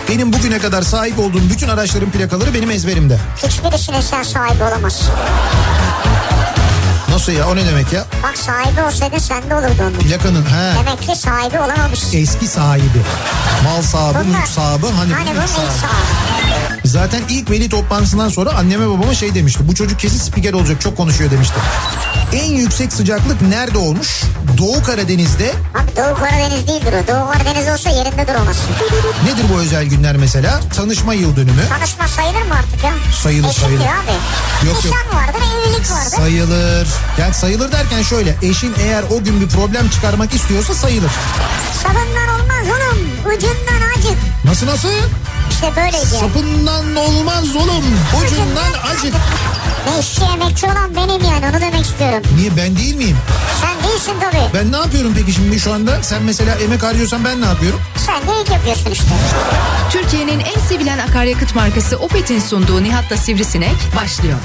Benim bugüne kadar sahip olduğum bütün araçların plakaları benim ezberimde. Hiçbirisine sen sahibi olamazsın. Nasıl ya, o ne demek ya? Bak sahibi olsaydı sende olurdu onun. Plakanın Demek ki sahibi olamamışsın. Eski sahibi. Mal sahibi, mülk sahibi. Hani bunun ilk sahibi. Zaten ilk veli toplantısından sonra anneme babama şey demişti. Bu çocuk kesin spiker olacak, çok konuşuyor demişti. En yüksek sıcaklık nerede olmuş? Doğu Karadeniz'de. Abi Doğu Karadeniz değildir o. Doğu Karadeniz olsa yerinde duramazsın. Nedir bu özel günler mesela? Tanışma yıl dönümü. Tanışma sayılır mı artık ya? Sayılır. Eşim diyor abi. Yok. Nişan vardır, evlilik vardır. Sayılır. Yani sayılır derken şöyle. Eşin eğer o gün bir problem çıkarmak istiyorsa sayılır. Sapından olmaz oğlum. Ucundan acık. Nasıl? İşte böyleydi. Sapından olmaz oğlum. Ucundan acık. Ne işçi emekçi olan benim yani, onu demek istiyorum. Niye, ben değil miyim? Sen değilsin tabii. Ben ne yapıyorum peki şimdi şu anda? Sen mesela emek harcıyorsan ben ne yapıyorum? Sen de ilk yapıyorsun işte. Türkiye'nin en sevilen akaryakıt markası Opet'in sunduğu Nihat'la Sivrisinek başlıyor.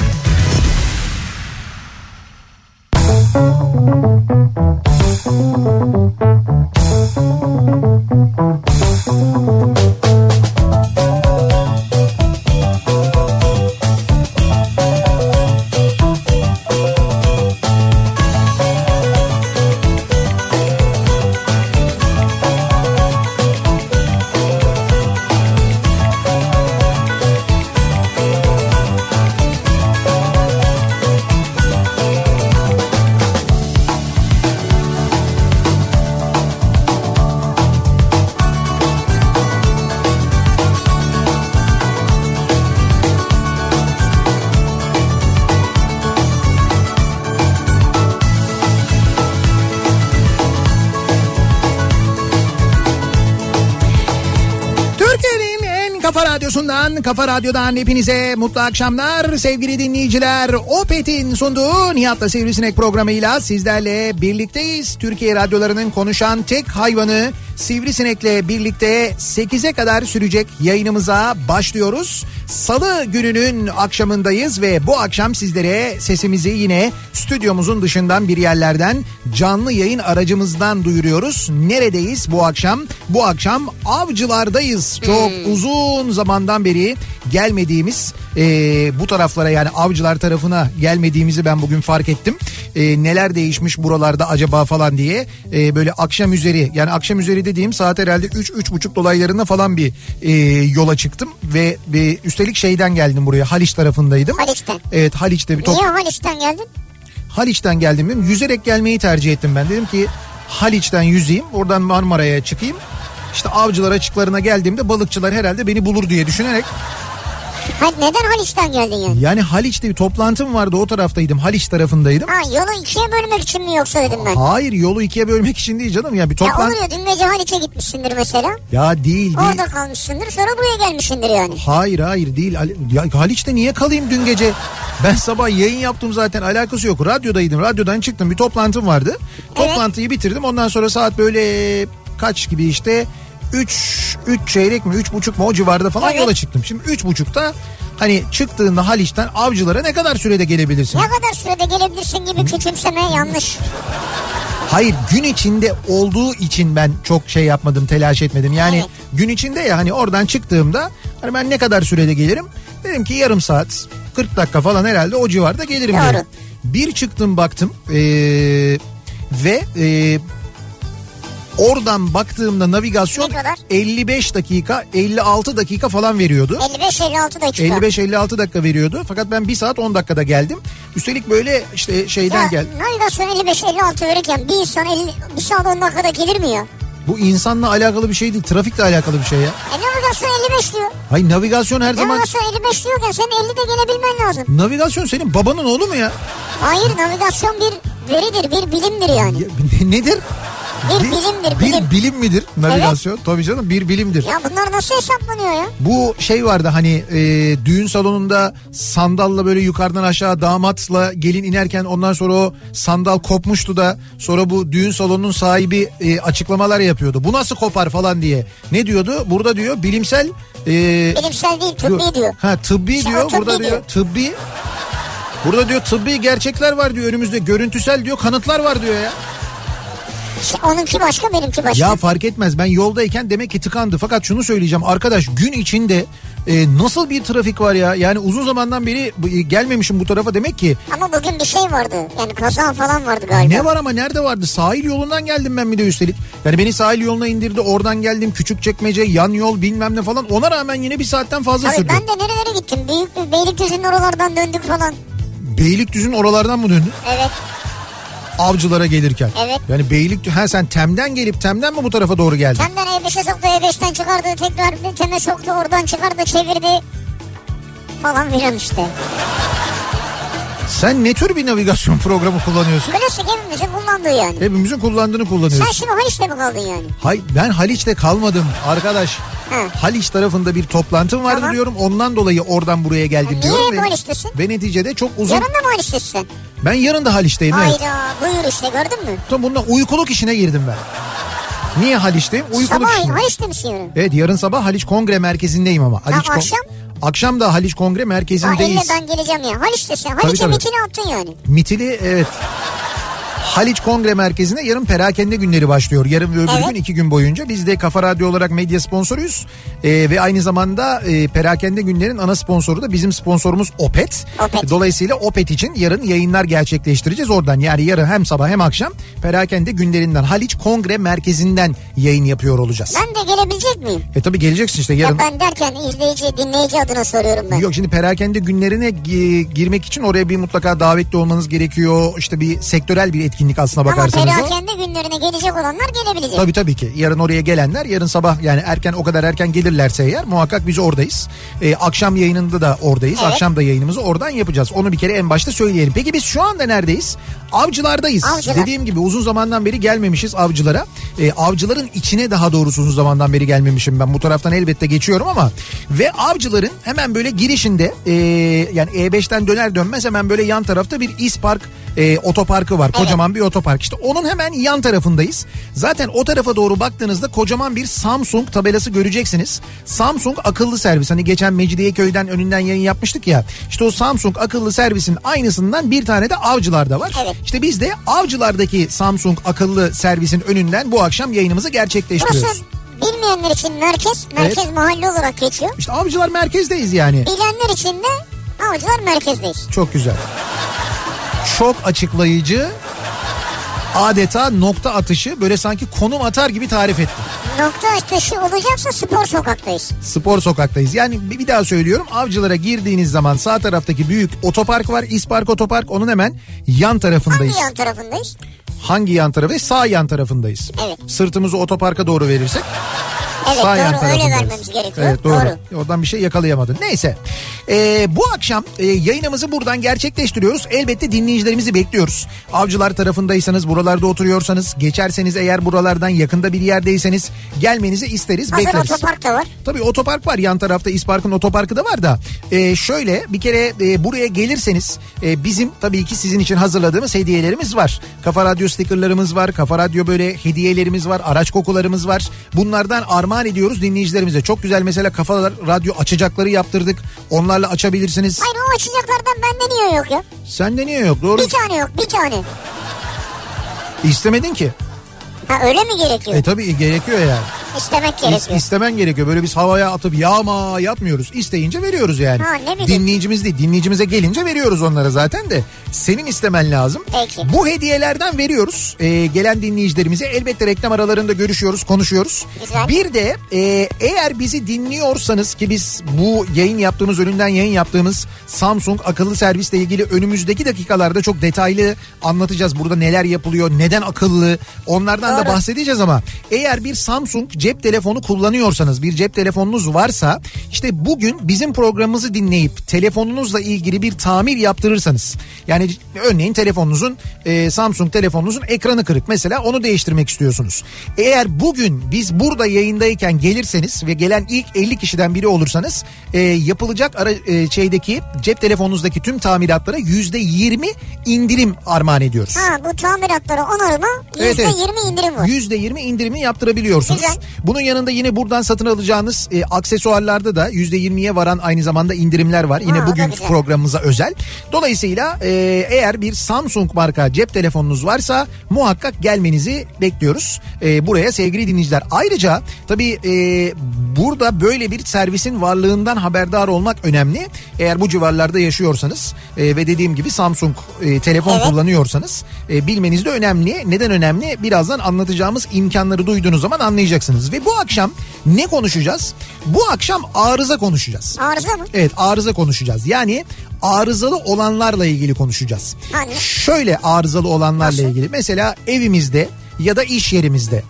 Kafa Radyo'dan hepinize mutlu akşamlar sevgili dinleyiciler. Opet'in sunduğu Nihat'la Sivrisinek programıyla sizlerle birlikteyiz. Türkiye radyolarının konuşan tek hayvanı Sivrisinek'le birlikte 8'e kadar sürecek yayınımıza başlıyoruz. Salı gününün akşamındayız ve bu akşam sizlere sesimizi yine stüdyomuzun dışından bir yerlerden canlı yayın aracımızdan duyuruyoruz. Neredeyiz bu akşam? Bu akşam Avcılar'dayız. Çok uzun zamandan beri gelmediğimiz bu taraflara, yani Avcılar tarafına gelmediğimizi ben bugün fark ettim. Neler değişmiş buralarda acaba falan diye böyle akşam üzeri, yani akşam üzeri dediğim saat herhalde 3-3.30 dolaylarında falan bir yola çıktım ve üstelik şeyden geldim buraya, Haliç tarafındaydım. Haliç'ten? Evet, Haliç'te bir Niye Haliç'ten geldin? Haliç'ten geldim dedim. Yüzerek gelmeyi tercih ettim ben. Dedim ki Haliç'ten yüzeyim, oradan Marmara'ya çıkayım. İşte Avcılar açıklarına geldiğimde balıkçılar herhalde beni bulur diye düşünerek. Neden Haliç'ten geldin yani? Yani Haliç'te bir toplantım vardı, o taraftaydım, Haliç tarafındaydım. Yolu ikiye bölmek için mi yoksa dedim ben. Hayır, yolu ikiye bölmek için değil canım ya, bir toplantı. Ya olur ya, dün gece Haliç'e gitmişsindir mesela. Ya değil. Orada kalmışsındır, sonra buraya gelmişsindir yani. Hayır değil. Ya Haliç'te niye kalayım dün gece? Ben sabah yayın yaptım zaten, alakası yok. Radyodaydım, radyodan çıktım, bir toplantım vardı. Toplantıyı bitirdim, ondan sonra saat böyle kaç gibi işte 3 çeyrek mi 3.30 mu o civarda falan yola çıktım. Şimdi 3.30'da hani çıktığında Haliç'ten Avcılar'a ne kadar sürede gelebilirsin? Ne kadar sürede gelebilirsin gibi küçümseme yanlış. Hayır, gün içinde olduğu için ben çok şey yapmadım, telaş etmedim. Yani gün içinde ya, hani oradan çıktığımda hani ben ne kadar sürede gelirim? Dedim ki yarım saat 40 dakika falan herhalde o civarda gelirim. Doğru. Dedim. Bir çıktım baktım ve oradan baktığımda navigasyon 55 dakika 56 dakika falan veriyordu. 55-56 dakika. 55-56 dakika veriyordu. Fakat ben 1 saat 10 dakikada geldim. Üstelik böyle işte şeyden geldim. Navigasyon 55-56 verirken bir insan 1 saat 10 dakikada gelir mi ya? Bu insanla alakalı bir şey değil, trafikle alakalı bir şey ya. Navigasyon 55 diyor. Hayır, navigasyon her zaman... Navigasyon 55 diyorken senin 50'de gelebilmen lazım. Navigasyon senin babanın oğlu mu ya? Hayır, navigasyon bir veridir, bir bilimdir yani. Nedir? Bir bilim midir navigasyon? Evet. Tabii canım, bir bilimdir. Ya bunlar nasıl hesaplanıyor ya? Bu şey vardı hani düğün salonunda sandalla böyle yukarıdan aşağı damatla gelin inerken ondan sonra o sandal kopmuştu da sonra bu düğün salonunun sahibi açıklamalar yapıyordu. Bu nasıl kopar falan diye. Ne diyordu? Burada diyor bilimsel... bilimsel değil, tıbbi diyor. Tıbbi diyor. Burada diyor tıbbi. Burada diyor tıbbi gerçekler var diyor önümüzde, görüntüsel diyor kanıtlar var diyor ya. Onunki başka, benimki başka. Ya fark etmez, ben yoldayken demek ki tıkandı. Fakat şunu söyleyeceğim arkadaş, gün içinde nasıl bir trafik var ya. Yani uzun zamandan beri gelmemişim bu tarafa demek ki. Ama bugün bir şey vardı. Yani kaza falan vardı galiba. Ne var ama, nerede vardı? Sahil yolundan geldim ben bir de üstelik. Yani beni sahil yoluna indirdi, oradan geldim. Küçükçekmece, yan yol bilmem ne falan. Ona rağmen yine bir saatten fazla Tabii sürdü. ben de nerelere gittim. Beylikdüzü'nün oralardan döndük falan. Beylikdüzü'nün oralardan mı döndün? Evet. Avcılara gelirken. Evet. Yani Beylikdüzü, sen Tem'den gelip Tem'den mi bu tarafa doğru geldin? Tem'den E5'e soktu, E5'ten çıkardı, tekrar Tem'e soktu, oradan çıkardı, çevirdi. Falan filan işte. Sen ne tür bir navigasyon programı kullanıyorsun? Klasik, hepimizin kullandığı yani. Hepimizin kullandığını kullanıyorsun. Sen şimdi Haliç'te mi kaldın yani? Hayır, ben Haliç'te kalmadım arkadaş. Haliç tarafında bir toplantım vardı diyorum. Ondan dolayı oradan buraya geldim diyorum. Niye Haliç'tesin? Ve neticede çok uzun. Yarın da mı Haliç'tesin sen? Ben yarın da Haliç'teyim. Hayda, Evet. buyur işte, gördün mü? Tam bundan uykuluk işine girdim ben. Niye Haliç'teyim? Uykuluk Sabah işine. Haliç'te misin yarın? Evet, yarın sabah Haliç Kongre Merkezi'ndeyim ama. Akşam? Akşam da Haliç Kongre Merkezi'ndeyiz. Ben geleceğim ya. Haliç'tesin. Haliç'e mitini attın yani. Mitili, evet. Haliç Kongre Merkezi'ne yarın perakende günleri başlıyor. Yarın ve öbür gün 2 gün boyunca. Biz de Kafa Radyo olarak medya sponsoruyuz. Ve aynı zamanda perakende günlerin ana sponsoru da bizim sponsorumuz Opet. Dolayısıyla Opet için yarın yayınlar gerçekleştireceğiz oradan. Yani yarın hem sabah hem akşam perakende günlerinden Haliç Kongre Merkezi'nden yayın yapıyor olacağız. Ben de gelebilecek miyim? Tabii geleceksin işte yarın. Ya ben derken izleyici, dinleyici adına soruyorum ben. Yok, şimdi perakende günlerine girmek için oraya bir mutlaka davetli olmanız gerekiyor. İşte bir sektörel bir etkinlik aslına bakarsanız. Ama perakende günlerine gelecek olanlar gelebilecek. Tabii ki. Yarın oraya gelenler yarın sabah, yani o kadar erken gelirlerse eğer muhakkak biz oradayız. Akşam yayınında da oradayız. Evet. Akşam da yayınımızı oradan yapacağız. Onu bir kere en başta söyleyelim. Peki biz şu anda neredeyiz? Avcılardayız. Dediğim gibi uzun zamandan beri gelmemişiz avcılara. Avcıların içine daha doğrusu uzun zamandan beri gelmemişim ben. Bu taraftan elbette geçiyorum ama. Ve avcıların hemen böyle girişinde yani E5'ten döner dönmez hemen böyle yan tarafta bir İspark otoparkı var. Kocaman bir otopark. İşte onun hemen yan tarafındayız. Zaten o tarafa doğru baktığınızda kocaman bir Samsung tabelası göreceksiniz. Samsung akıllı servis. Hani geçen Mecidiyeköy'den önünden yayın yapmıştık ya. İşte o Samsung akıllı servisin aynısından bir tane de Avcılar'da var. Evet. İşte biz de Avcılar'daki Samsung akıllı servisin önünden bu akşam yayınımızı gerçekleştiriyoruz. Burası bilmeyenler için merkez mahalle olarak geçiyor. İşte Avcılar merkezdeyiz yani. Bilenler için de Avcılar merkezdeyiz. Çok güzel. Çok açıklayıcı, adeta nokta atışı, böyle sanki konum atar gibi tarif etti. Nokta atışı olacaksa Spor Sokak'tayız. Spor Sokak'tayız. Yani bir daha söylüyorum, Avcılar'a girdiğiniz zaman sağ taraftaki büyük otopark var. İspark Otopark, onun hemen yan tarafındayız. Hangi yan tarafındayız? Hangi yan tarafındayız? Sağ yan tarafındayız. Evet. Sırtımızı otoparka doğru verirsek. Evet, doğru, öyle vermemiz gerekiyor. Evet, doğru. Oradan bir şey yakalayamadın. Neyse. Bu akşam yayınımızı buradan gerçekleştiriyoruz. Elbette dinleyicilerimizi bekliyoruz. Avcılar tarafındaysanız, buralarda oturuyorsanız, geçerseniz eğer buralardan yakında bir yerdeyseniz gelmenizi isteriz, bekleriz. Hazır otopark da var. Tabii otopark var. Yan tarafta İspark'ın otoparkı da var da. Şöyle bir kere buraya gelirseniz bizim tabii ki sizin için hazırladığımız hediyelerimiz var. Kafa Radyo stikerlerimiz var. Kafa Radyo böyle hediyelerimiz var. Araç kokularımız var. Bunlardan armağan ediyoruz dinleyicilerimize. Çok güzel mesela Kafa Radyo açacakları yaptırdık. Onlarla açabilirsiniz. Hayır, o açacaklardan bende niye yok ya? Sende niye yok? Doğru. Bir tane yok, bir tane. İstemedin ki. Ha, öyle mi gerekiyor? Tabii gerekiyor yani. İstemek gerekiyor. İstemen gerekiyor. Böyle biz havaya atıp yağma yapmıyoruz. İsteyince veriyoruz yani. Ha, ne bileyim. Dinleyicimiz değil. Dinleyicimize gelince veriyoruz onlara zaten de. Senin istemen lazım. Peki. Bu hediyelerden veriyoruz. Gelen dinleyicilerimize elbette reklam aralarında görüşüyoruz, konuşuyoruz. Güzel. Bir de eğer bizi dinliyorsanız ki biz bu önünden yayın yaptığımız Samsung akıllı servisle ilgili önümüzdeki dakikalarda çok detaylı anlatacağız. Burada neler yapılıyor, neden akıllı, onlardan da bahsedeceğiz ama eğer bir Samsung cep telefonu kullanıyorsanız, bir cep telefonunuz varsa işte bugün bizim programımızı dinleyip telefonunuzla ilgili bir tamir yaptırırsanız, yani örneğin telefonunuzun Samsung telefonunuzun ekranı kırık mesela, onu değiştirmek istiyorsunuz. Eğer bugün biz burada yayındayken gelirseniz ve gelen ilk 50 kişiden biri olursanız yapılacak cep telefonunuzdaki tüm tamiratlara %20 indirim armağan ediyoruz. Ha, bu tamiratlara onarıma %20 indirim var. %20 indirimi yaptırabiliyorsunuz. Güzel. Bunun yanında yine buradan satın alacağınız aksesuarlarda da %20'ye varan aynı zamanda indirimler var. Yine bugünkü programımıza özel. Dolayısıyla eğer bir Samsung marka cep telefonunuz varsa muhakkak gelmenizi bekliyoruz buraya sevgili dinleyiciler. Ayrıca tabii burada böyle bir servisin varlığından haberdar olmak önemli. Eğer bu civarlarda yaşıyorsanız ve dediğim gibi Samsung telefon kullanıyorsanız bilmeniz de önemli. Neden önemli? Birazdan anlatacağımız imkanları duyduğunuz zaman anlayacaksınız. Ve bu akşam ne konuşacağız? Bu akşam arıza konuşacağız. Arıza mı? Evet, arıza konuşacağız. Yani arızalı olanlarla ilgili konuşacağız. Hani? Şöyle arızalı olanlarla ilgili. Mesela evimizde ya da iş yerimizde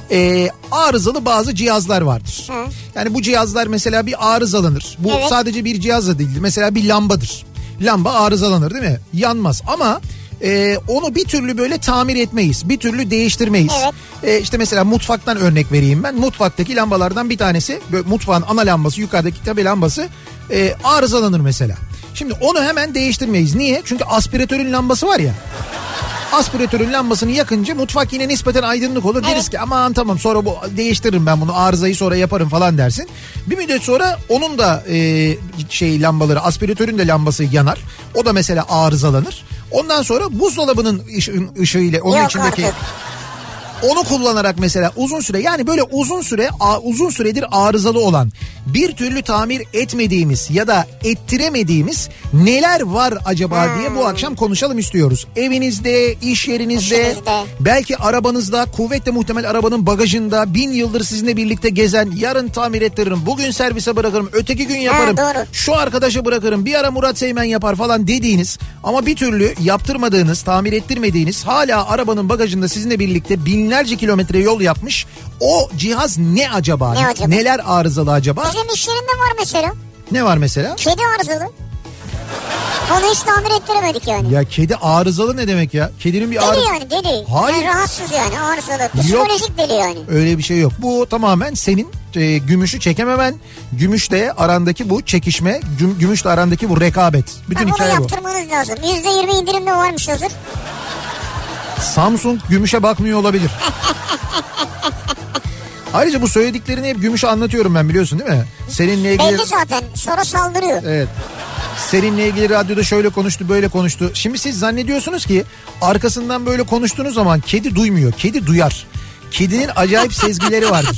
arızalı bazı cihazlar vardır. Hı. Yani bu cihazlar mesela bir arızalanır. Bu sadece bir cihaz da değildir. Mesela bir lambadır. Lamba arızalanır değil mi? Yanmaz ama onu bir türlü böyle tamir etmeyiz. Bir türlü değiştirmeyiz. Evet. İşte mesela mutfaktan örnek vereyim ben. Mutfaktaki lambalardan bir tanesi, mutfağın ana lambası, yukarıdaki tabi lambası arızalanır mesela. Şimdi onu hemen değiştirmeyiz. Niye? Çünkü aspiratörün lambası var ya. Aspiratörün lambasını yakınca mutfak yine nispeten aydınlık olur. Deriz ki aman tamam sonra bu değiştiririm ben bunu, arızayı sonra yaparım falan dersin. Bir müddet sonra onun da lambaları, aspiratörün de lambası yanar. O da mesela arızalanır. Ondan sonra buzdolabının ışığıyla onun içindeki... Onu kullanarak mesela uzun süre, yani böyle uzun süredir arızalı olan, bir türlü tamir etmediğimiz ya da ettiremediğimiz neler var acaba diye bu akşam konuşalım istiyoruz. Evinizde, iş yerinizde, belki arabanızda, kuvvetle muhtemel arabanın bagajında 1000 yıldır sizinle birlikte gezen, yarın tamir ettiririm, bugün servise bırakırım, öteki gün yaparım, şu arkadaşa bırakırım, bir ara Murat Seymen yapar falan dediğiniz ama bir türlü yaptırmadığınız, tamir ettirmediğiniz, hala arabanın bagajında sizinle birlikte binlerce kilometre yol yapmış o cihaz ne acaba? Neler arızalı acaba? Bizim iş yerinde var mesela. Ne var mesela? Kedi arızalı. Onu hiç tamir ettiremedik yani. Ya kedi arızalı ne demek ya? Kedinin bir deli yani deli. Hayır. Yani rahatsız yani arızalı. Psikolojik deli yani. Öyle bir şey yok. Bu tamamen senin gümüşü çekememen, gümüşle arandaki bu çekişme, gümüşle arandaki bu rekabet. Bütün hikaye bu. Bunu yaptırmanız lazım. %20 indirim de varmış hazır. Samsung gümüşe bakmıyor olabilir. Ayrıca bu söylediklerini hep gümüşe anlatıyorum ben, biliyorsun değil mi? Seninle ilgili... Belli zaten, sonra saldırıyor. Evet. Seninle ilgili radyoda şöyle konuştu, böyle konuştu. Şimdi siz zannediyorsunuz ki arkasından böyle konuştuğunuz zaman kedi duymuyor. Kedi duyar. Kedinin acayip sezgileri vardır.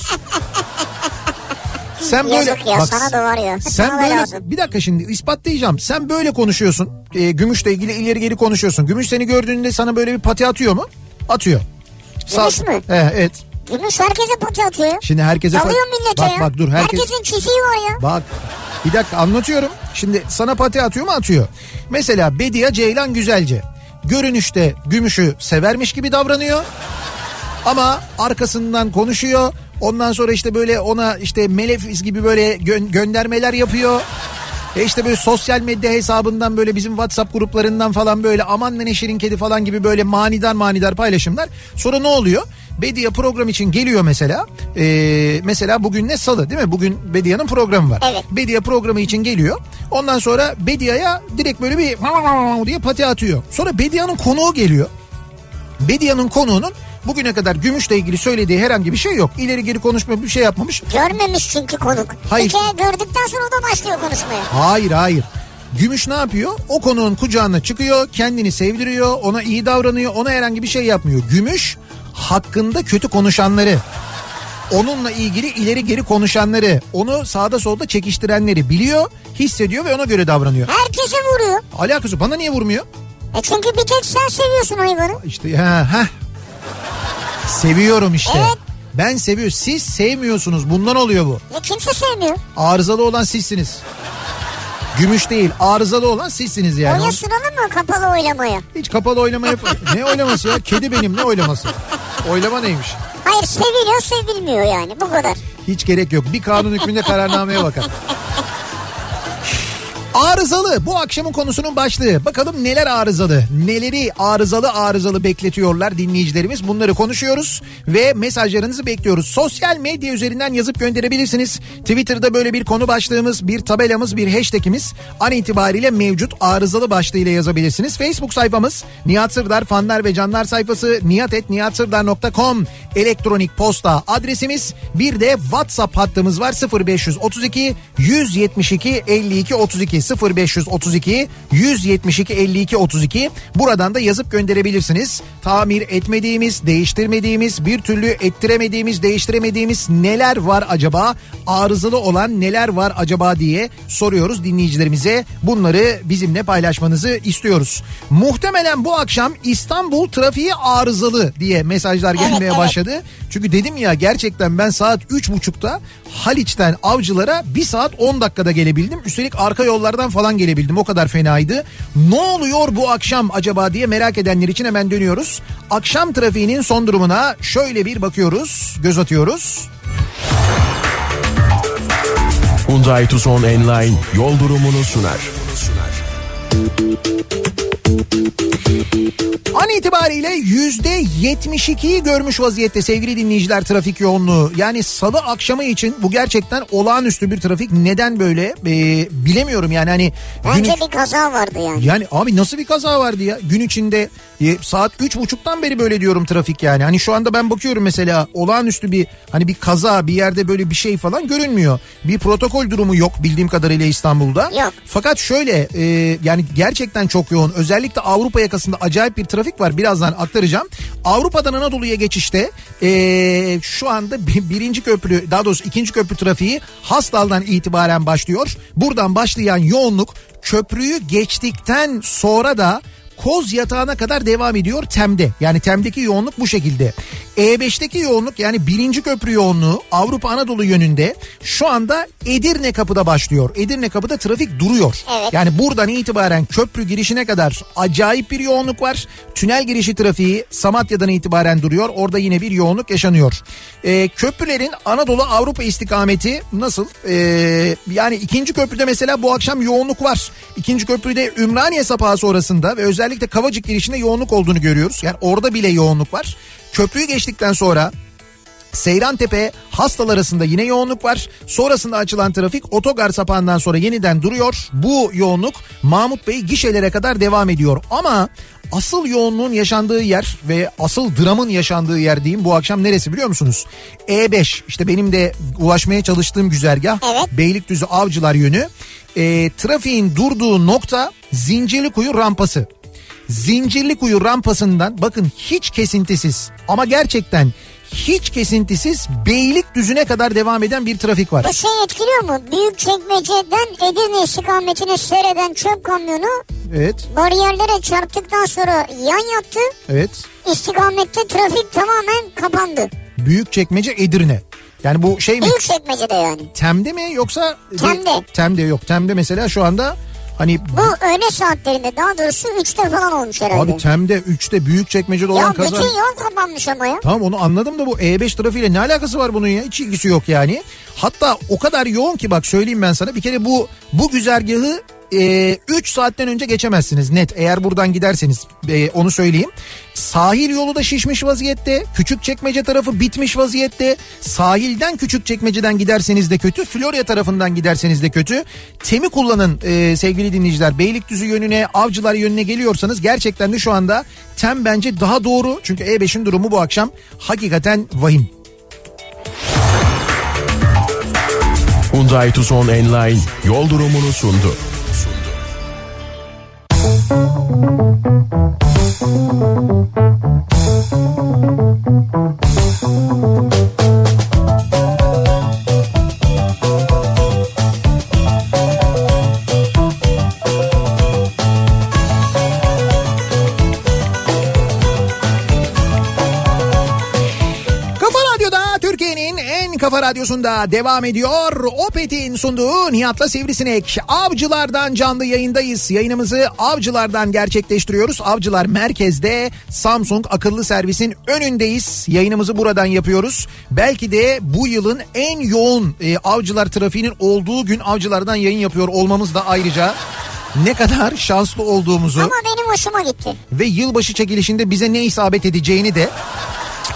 Sen böyle, yazık ya, bak, sana da var ya. Sen böyle lazım. Bir dakika şimdi ispatlayacağım. Sen böyle konuşuyorsun. Gümüşle ilgili ileri geri konuşuyorsun. Gümüş seni gördüğünde sana böyle bir pati atıyor mu? Atıyor. Gümüş mü? Evet. Gümüş herkese pati atıyor. Şimdi herkese alıyor millete bak, ya. Bak dur. Herkesin çiziği var ya. Bak bir dakika anlatıyorum. Şimdi sana pati atıyor mu? Atıyor. Mesela Bediye Ceylan Güzelce. Görünüşte Gümüş'ü severmiş gibi davranıyor. Ama arkasından konuşuyor. Ondan sonra işte böyle ona işte melefiz gibi böyle göndermeler yapıyor. İşte böyle sosyal medya hesabından, böyle bizim WhatsApp gruplarından falan böyle aman ne şirin kedi falan gibi böyle manidar paylaşımlar. Sonra ne oluyor? Bediye program için geliyor mesela. Mesela bugün ne, salı değil mi? Bugün Bediye'nin programı var. Evet. Bediye programı için geliyor. Ondan sonra Bediye'ye direkt böyle bir diye pati atıyor. Sonra Bediye'nin konuğu geliyor. Bediye'nin konuğunun bugüne kadar Gümüş'le ilgili söylediği herhangi bir şey yok. İleri geri konuşma, bir şey yapmamış. Görmemiş çünkü konuk. Hayır. Bir kere gördükten sonra o da başlıyor konuşmaya. Hayır. Gümüş ne yapıyor? O konuğun kucağına çıkıyor, kendini sevdiriyor, ona iyi davranıyor, ona herhangi bir şey yapmıyor. Gümüş hakkında kötü konuşanları, onunla ilgili ileri geri konuşanları, onu sağda solda çekiştirenleri biliyor, hissediyor ve ona göre davranıyor. Herkese vuruyor. Alakası, bana niye vurmuyor? Çünkü bir tek sen seviyorsun hayvanı. İşte seviyorum işte. Evet. Ben seviyorum. Siz sevmiyorsunuz. Bundan oluyor bu. Ya kimse sevmiyor. Arızalı olan sizsiniz. Gümüş değil. Arızalı olan sizsiniz yani. Oya sıralım mı kapalı oylamaya? Hiç kapalı oylama Ne oylaması ya? Kedi benim, ne oylaması? Oylama neymiş? Hayır, seviliyor sevilmiyor yani, bu kadar. Hiç gerek yok. Bir kanun hükmünde kararnameye bakar. Arızalı bu akşamın konusunun başlığı. Bakalım neler arızalı, neleri arızalı bekletiyorlar dinleyicilerimiz. Bunları konuşuyoruz ve mesajlarınızı bekliyoruz. Sosyal medya üzerinden yazıp gönderebilirsiniz. Twitter'da böyle bir konu başlığımız, bir tabelamız, bir hashtagimiz an itibariyle mevcut, arızalı başlığıyla yazabilirsiniz. Facebook sayfamız Nihat Sırdar fanlar ve canlar sayfası, nihat@nihatsırdar.com. elektronik posta adresimiz. Bir de WhatsApp hattımız var 0532 172 52 32 0532 172 52 32. Buradan da yazıp gönderebilirsiniz. Tamir etmediğimiz, değiştirmediğimiz, bir türlü ettiremediğimiz, değiştiremediğimiz neler var acaba? Arızalı olan neler var acaba diye soruyoruz dinleyicilerimize. Bunları bizimle paylaşmanızı istiyoruz. Muhtemelen bu akşam İstanbul trafiği arızalı diye mesajlar gelmeye başladı. Çünkü dedim ya, gerçekten ben saat 3.30'da Haliç'ten Avcılar'a 1 saat 10 dakikada gelebildim. Üstelik arka yollardan falan gelebildim. O kadar fenaydı. Ne oluyor bu akşam acaba diye merak edenler için hemen dönüyoruz. Akşam trafiğinin son durumuna şöyle bir bakıyoruz, göz atıyoruz. Hyundai Tucson Enline yol durumunu sunar. An itibariyle %72'yi görmüş vaziyette sevgili dinleyiciler trafik yoğunluğu. Yani salı akşamı için bu gerçekten olağanüstü bir trafik. Neden böyle bilemiyorum yani. Hani bence bir kaza vardı yani. Yani abi nasıl bir kaza vardı ya? Gün içinde saat 3.30'dan beri böyle diyorum trafik yani. Hani şu anda ben bakıyorum mesela, olağanüstü bir hani bir kaza, bir yerde böyle bir şey falan görünmüyor. Bir protokol durumu yok bildiğim kadarıyla İstanbul'da. Yok. Fakat şöyle yani gerçekten çok yoğun. Özellikle Avrupa yakasında acayip bir trafik var. Birazdan aktaracağım. Avrupa'dan Anadolu'ya geçişte şu anda birinci köprü, daha doğrusu ikinci köprü trafiği Hastal'dan itibaren başlıyor. Buradan başlayan yoğunluk köprüyü geçtikten sonra da Kozyatağı'na kadar devam ediyor Tem'de. Yani Tem'deki yoğunluk bu şekilde. E5'teki yoğunluk, yani birinci köprü yoğunluğu Avrupa Anadolu yönünde şu anda Edirne Kapı'da başlıyor. Edirne Kapı'da trafik duruyor. Evet. Yani buradan itibaren köprü girişine kadar acayip bir yoğunluk var. Tünel girişi trafiği Samatya'dan itibaren duruyor. Orada yine bir yoğunluk yaşanıyor. Köprülerin Anadolu Avrupa istikameti nasıl? Yani ikinci köprüde mesela bu akşam yoğunluk var. İkinci köprüde Ümraniye sapağı sonrasında ve özellikle Kavacık girişinde yoğunluk olduğunu görüyoruz. Yani orada bile yoğunluk var. Köprüyü geçtikten sonra Seyrantepe Hastal arasında yine yoğunluk var. Sonrasında açılan trafik otogar sapağından sonra yeniden duruyor. Bu yoğunluk Mahmut Bey gişelere kadar devam ediyor. Ama asıl yoğunluğun yaşandığı yer ve asıl dramın yaşandığı yer diyeyim bu akşam neresi biliyor musunuz? E5, işte benim de ulaşmaya çalıştığım güzergah. Evet. Beylikdüzü Avcılar yönü. Trafiğin durduğu nokta Zincirlikuyu rampası. Zincirlikuyu rampasından bakın hiç kesintisiz ama gerçekten hiç kesintisiz Beylikdüzü'ne kadar devam eden bir trafik var. Bu şey etkiliyor mu? Büyükçekmece'den Edirne istikametine seyreden çöp kamyonu Evet. bariyerlere çarptıktan sonra yan yattı. Evet. İstikamette trafik tamamen kapandı. Büyükçekmece Edirne. Yani bu şey mi? Büyükçekmece'de yani. Tem'de mi yoksa? Tem'de. Tem'de yok. Tem'de mesela şu anda hani... Bu öğle saatlerinde, daha doğrusu 3'te falan olmuş herhalde. Abi Tem'de 3'te Büyükçekmece'de olan kaza... Ya bütün yol kapanmış ama ya. Tamam, onu anladım da bu E5 trafiğiyle ne alakası var bunun ya? Hiç ilgisi yok yani. Hatta o kadar yoğun ki bak söyleyeyim ben sana, bir kere bu güzergahı 3 saatten önce geçemezsiniz net, eğer buradan giderseniz onu söyleyeyim. Sahil yolu da şişmiş vaziyette, Küçükçekmece tarafı bitmiş vaziyette. Sahilden Küçükçekmece'den giderseniz de kötü, Florya tarafından giderseniz de kötü. Tem'i kullanın sevgili dinleyiciler. Beylikdüzü yönüne, Avcılar yönüne geliyorsanız gerçekten de şu anda Tem bence daha doğru. Çünkü E5'in durumu bu akşam hakikaten vahim. Hyundai Tucson Enline yol durumunu sundu. Kafa Radyosu'nda devam ediyor. Opet'in sunduğu Nihat'la Sivrisinek. Avcılar'dan canlı yayındayız. Yayınımızı Avcılar'dan gerçekleştiriyoruz. Avcılar merkezde Samsung akıllı servisin önündeyiz. Yayınımızı buradan yapıyoruz. Belki de bu yılın en yoğun Avcılar trafiğinin olduğu gün Avcılar'dan yayın yapıyor olmamız da ayrıca ne kadar şanslı olduğumuzu. Ama benim hoşuma gitti. Ve yılbaşı çekilişinde bize ne isabet edeceğini de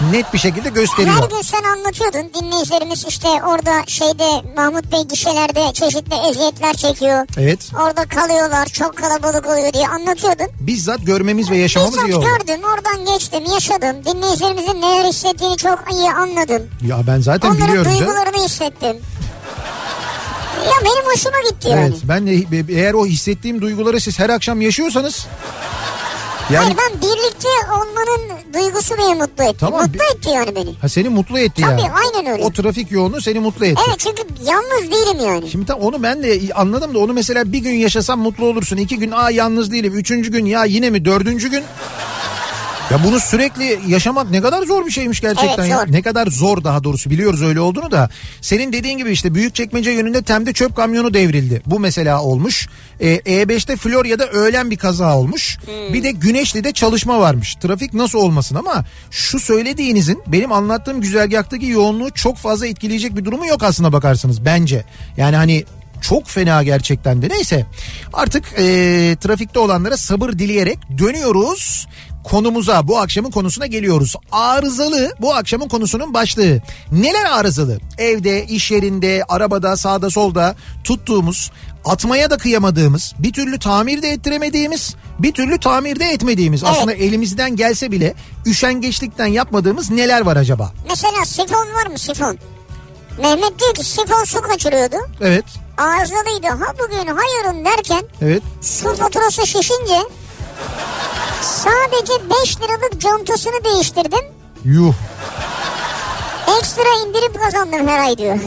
net bir şekilde gösteriyor. Her gün sen anlatıyordun. Dinleyicilerimiz işte orada Mahmut Bey gişelerde çeşitli eziyetler çekiyor. Evet. Orada kalıyorlar, çok kalabalık oluyor diye anlatıyordun. Bizzat görmemiz ve yaşamamız iyi oldu. Bizzat gördüm, oradan geçtim, yaşadım. Dinleyicilerimizin neler hissettiğini çok iyi anladım. Ya ben zaten biliyorum. Onların duygularını hissettim. Ya benim hoşuma gitti yani. Evet, ben de eğer o hissettiğim duyguları siz her akşam yaşıyorsanız... Yani... Hayır, ben birlikte olmanın duygusu beni mutlu etti. Tamam, mutlu etti yani beni. Ha, seni mutlu etti yani. Tabii, aynen öyle. O trafik yoğunluğu seni mutlu etti. Evet, çünkü yalnız değilim yani. Şimdi tam onu ben de anladım da onu mesela bir gün yaşasam mutlu olursun. 2 gün yalnız değilim. 3. gün ya yine mi? 4. gün... Ya bunu sürekli yaşamak ne kadar zor bir şeymiş gerçekten. Evet, zor. Ne kadar zor, daha doğrusu biliyoruz öyle olduğunu da. Senin dediğin gibi işte Büyükçekmece yönünde Tem'de çöp kamyonu devrildi. Bu mesela olmuş. E5'te Florya'da öğlen bir kaza olmuş. Bir de Güneşli'de çalışma varmış. Trafik nasıl olmasın, ama şu söylediğinizin benim anlattığım güzergahtaki yoğunluğu çok fazla etkileyecek bir durumu yok aslına bakarsanız bence. Yani hani çok fena gerçekten de. Neyse artık trafikte olanlara sabır dileyerek dönüyoruz konumuza. Bu akşamın konusuna geliyoruz. Arızalı bu akşamın konusunun başlığı. Neler arızalı? Evde, iş yerinde, arabada, sağda solda tuttuğumuz, atmaya da kıyamadığımız, bir türlü tamir de ettiremediğimiz, bir türlü tamir de etmediğimiz, evet, aslında elimizden gelse bile üşengeçlikten yapmadığımız neler var acaba? Mesela sifon var mı, sifon? Mehmet diyor ki sifon su kaçırıyordu. Evet. Arızalıydı. Ha bugün ha yarın derken, evet, su faturası şişince sadece 5 liralık contasını değiştirdim. Yuh. Ekstra indirim kazandım her ay diyor.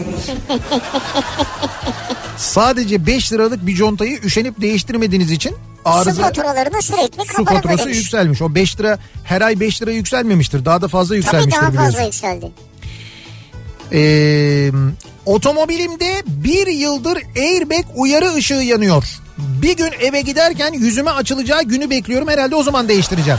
Sadece 5 liralık bir contayı üşenip değiştirmediğiniz için su faturalarını sürekli su faturası yükselmiş. O 5 lira her ay 5 lira yükselmemiştir. Daha da fazla yükselmiştir. Tabii daha fazla yükseldi. Otomobilimde 1 yıldır airbag uyarı ışığı yanıyor. Bir gün eve giderken yüzüme açılacağı günü bekliyorum. Herhalde o zaman değiştireceğim.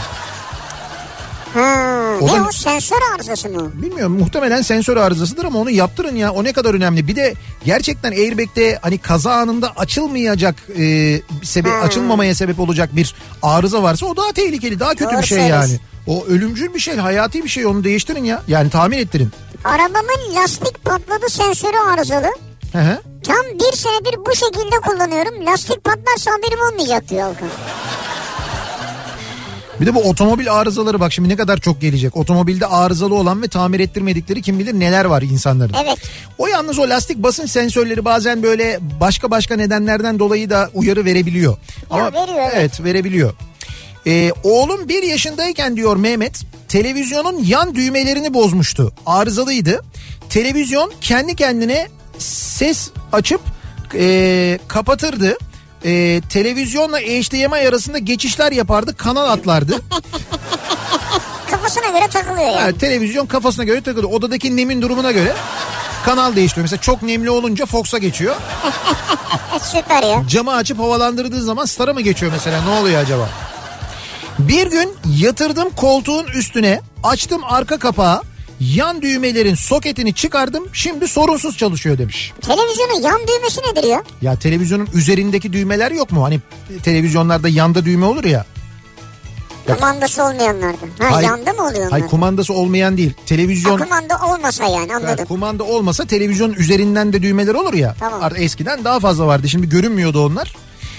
O sensör arızası mı? Bilmiyorum, muhtemelen sensör arızasıdır ama onu yaptırın ya, o ne kadar önemli. Bir de gerçekten airbag'de hani kaza anında açılmayacak açılmamaya sebep olacak bir arıza varsa o daha tehlikeli, daha kötü bir şey yani. O ölümcül bir şey, hayati bir şey, onu değiştirin ya. Yani tamir ettirin. Arabamın lastik patladı sensörü arızalı. Hı. Tam 1 senedir bu şekilde kullanıyorum. Lastik patlarsa haberim olmayacak diyor Alkan. Bir de bu otomobil arızaları bak şimdi ne kadar çok gelecek. Otomobilde arızalı olan ve tamir ettirmedikleri kim bilir neler var insanların. Evet. O yalnız o lastik basınç sensörleri bazen böyle başka nedenlerden dolayı da uyarı verebiliyor. Ama veriyor. Evet, verebiliyor. Oğlum 1 yaşındayken diyor Mehmet, televizyonun yan düğmelerini bozmuştu. Arızalıydı. Televizyon kendi kendine ses açıp kapatırdı. Televizyonla HDMI arasında geçişler yapardı, kanal atlardı. Kafasına göre takılıyor yani. Evet, televizyon kafasına göre takılıyor. Odadaki nemin durumuna göre kanal değiştiriyor. Mesela çok nemli olunca Fox'a geçiyor. Süper ya. Camı açıp havalandırdığı zaman Star'a mı geçiyor mesela, ne oluyor acaba? Bir gün yatırdım koltuğun üstüne, açtım arka kapağı, yan düğmelerin soketini çıkardım, şimdi sorunsuz çalışıyor demiş. Televizyonun yan düğmesi nedir ya? Ya televizyonun üzerindeki düğmeler yok mu? Hani televizyonlarda yanda düğme olur ya. Kumandası olmayanlarda. Hayır, yanda mı oluyor onlar? Hayır, kumandası olmayan değil. Televizyon... kumanda olmasa yani, anladım. Kumanda olmasa televizyonun üzerinden de düğmeler olur ya. Tamam. Artık eskiden daha fazla vardı. Şimdi görünmüyordu onlar.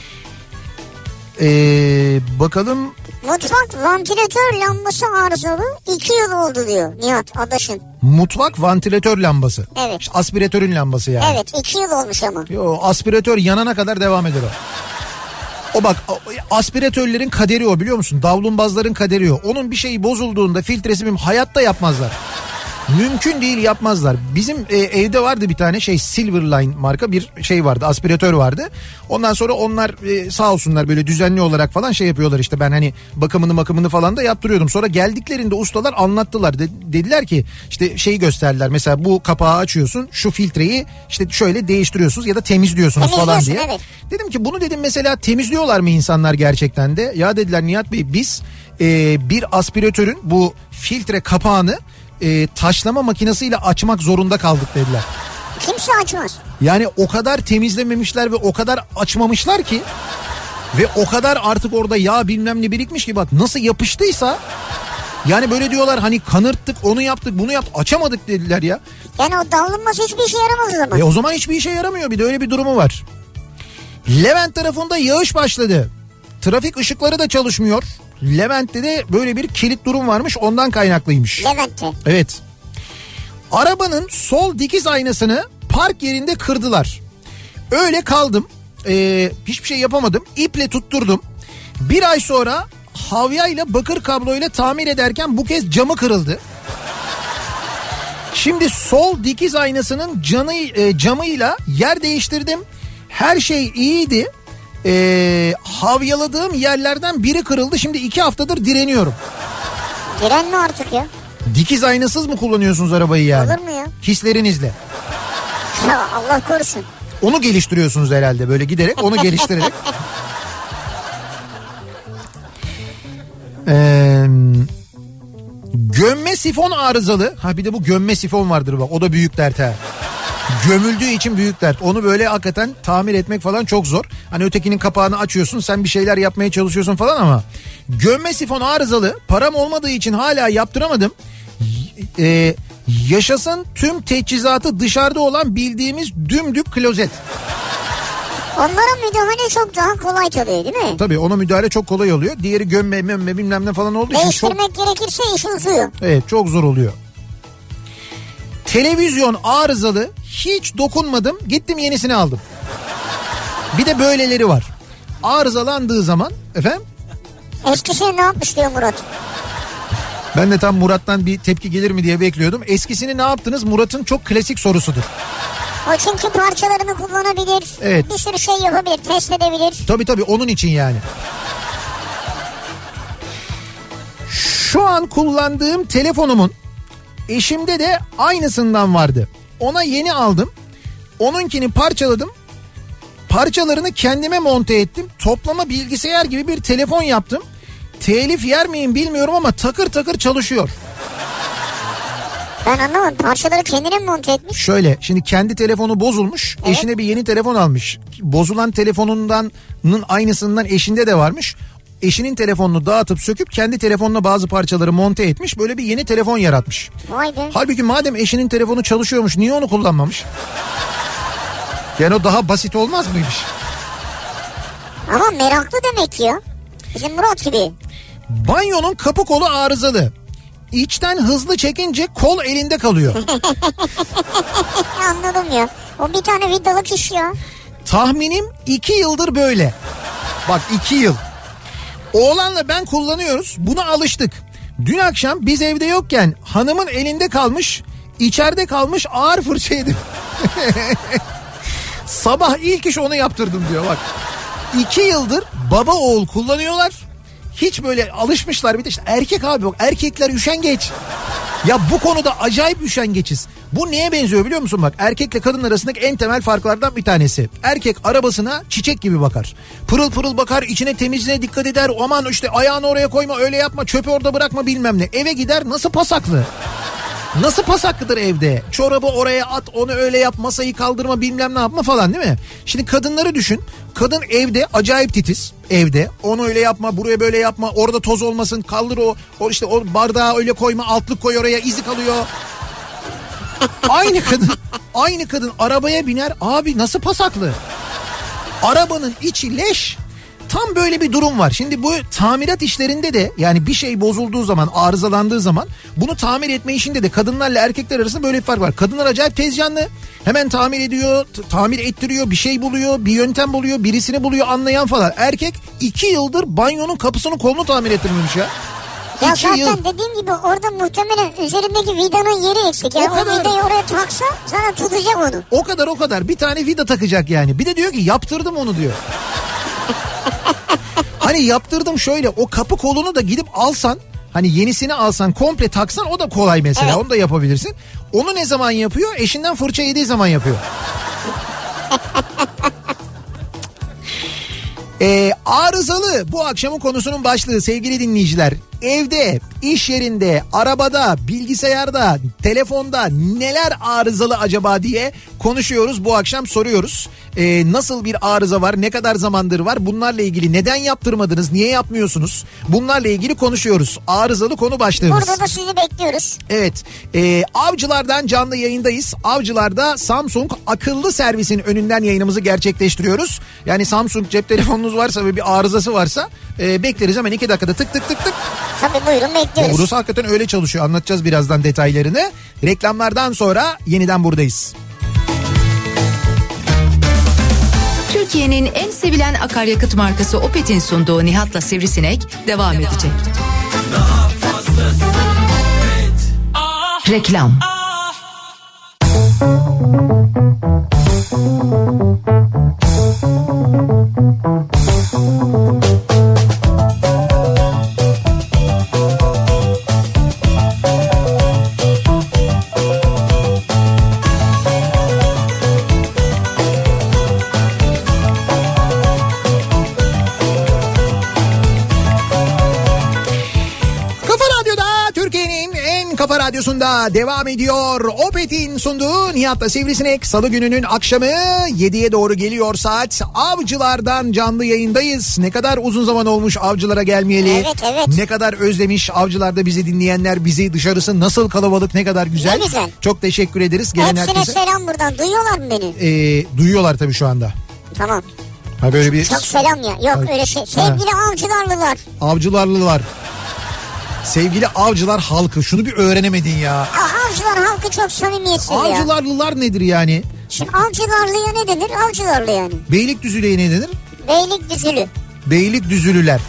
Bakalım. Mutfak vantilatör lambası arızalı 2 yıl oldu diyor Nihat Adaş'ın. Mutfak vantilatör lambası. Evet. İşte aspiratörün lambası yani. Evet, 2 yıl olmuş ama. Yo, aspiratör yanana kadar devam eder o. O bak, aspiratörlerin kaderi o, biliyor musun? Davlumbazların kaderi o. Onun bir şeyi bozulduğunda filtresi hayatta yapmazlar. Mümkün değil, yapmazlar. Bizim evde vardı bir tane Silverline marka bir şey vardı, aspiratör vardı. Ondan sonra onlar sağ olsunlar böyle düzenli olarak falan yapıyorlar işte, ben hani bakımını falan da yaptırıyordum. Sonra geldiklerinde ustalar anlattılar. Dediler ki işte gösterdiler, mesela bu kapağı açıyorsun, şu filtreyi işte şöyle değiştiriyorsunuz ya da temizliyorsunuz falan diye. Evet. Dedim ki bunu mesela temizliyorlar mı insanlar gerçekten de? Ya dediler Nihat Bey, biz bir aspiratörün bu filtre kapağını taşlama makinesiyle açmak zorunda kaldık dediler. Kimse açmaz. Yani o kadar temizlememişler ve o kadar açmamışlar ki ve o kadar artık orada yağ bilmem ne birikmiş ki, bak nasıl yapıştıysa Yani böyle diyorlar hani kanırttık, onu yaptık, bunu yaptık, açamadık dediler ya. Yani o davlumbaz hiçbir işe yaramaz o zaman. O zaman hiçbir işe yaramıyor, bir de öyle bir durumu var. Levent tarafında yağış başladı. Trafik ışıkları da çalışmıyor. Levent'te de böyle bir kilit durum varmış, ondan kaynaklıymış. Levent'te. Evet. Arabanın sol dikiz aynasını park yerinde kırdılar. Öyle kaldım. Hiçbir şey yapamadım. İple tutturdum. Bir ay sonra havyayla bakır kabloyla tamir ederken bu kez camı kırıldı. Şimdi sol dikiz aynasının camıyla yer değiştirdim. Her şey iyiydi. Havyaladığım yerlerden biri kırıldı. Şimdi 2 haftadır direniyorum. Direnme artık ya. Dikiz aynasız mı kullanıyorsunuz arabayı yani? Olur mu ya? Hislerinizle. Ya Allah korusun. Onu geliştiriyorsunuz herhalde, böyle giderek onu geliştirerek. Gömme sifon arızalı. Ha bir de bu gömme sifon vardır bak, o da büyük dert ha. Gömüldüğü için büyük dert. Onu böyle hakikaten tamir etmek falan çok zor. Hani ötekinin kapağını açıyorsun, sen bir şeyler yapmaya çalışıyorsun falan ama. Gömme sifon arızalı, param olmadığı için hala yaptıramadım. Yaşasın tüm teçhizatı dışarıda olan bildiğimiz dümdük klozet. Onlara müdahale çok daha kolay tabii, değil mi? Tabii ona müdahale çok kolay oluyor. Diğeri gömme bilmem ne falan olduğu için değiştirmek gerekirse iş uzuyor. Evet, çok zor oluyor. Televizyon arızalı, hiç dokunmadım, gittim yenisini aldım. Bir de böyleleri var. Arızalandığı zaman efendim. Eskisini ne yapmış diyor Murat. Ben de tam Murat'tan bir tepki gelir mi diye bekliyordum. Eskisini ne yaptınız? Murat'ın çok klasik sorusudur. O çünkü parçalarını kullanabilir. Evet. Bir sürü şey yapabilir, test edebilir. Tabii onun için yani. Şu an kullandığım telefonumun eşimde de aynısından vardı. Ona yeni aldım. Onunkini parçaladım. Parçalarını kendime monte ettim. Toplama bilgisayar gibi bir telefon yaptım. Telif yer miyim bilmiyorum ama takır takır çalışıyor. Ben anlamadım. Parçaları kendine mi monte etmiş? Şöyle, şimdi kendi telefonu bozulmuş. Evet. Eşine bir yeni telefon almış. Bozulan telefonundan aynısından eşinde de varmış. Eşinin telefonunu dağıtıp söküp kendi telefonuna bazı parçaları monte etmiş. Böyle bir yeni telefon yaratmış. Vay be. Halbuki madem eşinin telefonu çalışıyormuş, niye onu kullanmamış? Yani o daha basit olmaz mıymış? Ama meraklı demek ya. Bizim Murat gibi. Banyonun kapı kolu arızalı. İçten hızlı çekince kol elinde kalıyor. Anladım ya. O bir tane vidalık iş ya. Tahminim 2 yıldır böyle. Bak 2 yıl. Oğlanla ben kullanıyoruz. Buna alıştık. Dün akşam biz evde yokken hanımın elinde kalmış, içeride kalmış, ağır fırça yedim. Sabah ilk iş onu yaptırdım diyor bak. 2 yıldır baba oğul kullanıyorlar. Hiç böyle alışmışlar, bir de işte erkek abi, bak erkekler üşengeç. Ya bu konuda acayip üşengeçiz. Bu neye benziyor biliyor musun bak? Erkekle kadın arasındaki en temel farklardan bir tanesi. Erkek arabasına çiçek gibi bakar. Pırıl pırıl bakar, içine temizliğine dikkat eder. Aman işte ayağını oraya koyma, öyle yapma, çöpü orada bırakma bilmem ne. Eve gider nasıl pasaklı. Nasıl pasaklıdır evde? Çorabı oraya at, onu öyle yap, masayı kaldırma bilmem ne yapma falan, değil mi? Şimdi kadınları düşün. Kadın evde acayip titiz. Evde onu öyle yapma, buraya böyle yapma, orada toz olmasın, kaldır o işte o bardağı öyle koyma, altlık koy oraya, izi kalıyor. Aynı kadın arabaya biner, abi nasıl pasaklı? Arabanın içi leş. Tam böyle bir durum var. Şimdi bu tamirat işlerinde de, yani bir şey bozulduğu zaman, arızalandığı zaman bunu tamir etme işinde de kadınlarla erkekler arasında böyle bir fark var. Kadınlar acayip tez canlı. Hemen tamir ediyor, tamir ettiriyor, bir şey buluyor, bir yöntem buluyor, birisini buluyor anlayan falan. Erkek 2 yıldır banyonun kapısını kolunu tamir ettirmemiş ya. Ya zaten dediğim gibi orada muhtemelen üzerindeki vidanın yeri eksik. Yani o vidayı oraya taksa sana tutacak onu. O kadar. Bir tane vida takacak yani. Bir de diyor ki yaptırdım onu diyor. Hani yaptırdım şöyle, o kapı kolunu da gidip alsan, hani yenisini alsan komple taksan o da kolay mesela, evet. Onu da yapabilirsin. Onu ne zaman yapıyor? Eşinden fırça yediği zaman yapıyor. Arızalı bu akşamın konusunun başlığı sevgili dinleyiciler. Evde, iş yerinde, arabada, bilgisayarda, telefonda neler arızalı acaba diye konuşuyoruz. Bu akşam soruyoruz. Nasıl bir arıza var? Ne kadar zamandır var? Bunlarla ilgili neden yaptırmadınız? Niye yapmıyorsunuz? Bunlarla ilgili konuşuyoruz. Arızalı konu başlığımız. Burada da sizi bekliyoruz. Evet. Avcılar'dan canlı yayındayız. Avcılar'da Samsung akıllı servisin önünden yayınımızı gerçekleştiriyoruz. Yani Samsung cep telefonunuz varsa ve bir arızası varsa bekleriz, hemen 2 dakikada tık tık tık tık. Tabii buyurun bekliyoruz. Burası hakikaten öyle çalışıyor. Anlatacağız birazdan detaylarını. Reklamlardan sonra yeniden buradayız. Türkiye'nin en sevilen akaryakıt markası Opet'in sunduğu Nihat'la Sivrisinek devam edecek. Daha fazlası Opet. Reklam. Kafa Radyosu'nda devam ediyor. Opet'in sunduğu Nihat'la Sivrisinek. Salı gününün akşamı 7'ye doğru geliyor saat. Avcılar'dan canlı yayındayız. Ne kadar uzun zaman olmuş Avcılar'a gelmeyeli. Evet. Ne kadar özlemiş Avcılar'da bizi dinleyenler, bizi, dışarısı nasıl kalabalık, ne kadar güzel. Ne güzel. Çok teşekkür ederiz gelen hepsine herkese. selam buradan. Duyuyorlar mı beni? Duyuyorlar tabii şu anda. Tamam. Ha böyle bir... Çok selam ya. Yok öyle şey. Sevgili Avcılarlılar. Avcılarlılar. Sevgili Avcılar halkı, şunu bir öğrenemedin ya. Avcılar halkı çok samimiyetsiz ya. Avcılarlılar nedir yani? Şimdi Avcılarlıya ne denir? Avcılarlı yani. Beylikdüzü'ye ne denir? Beylikdüzülü. Beylikdüzülüler.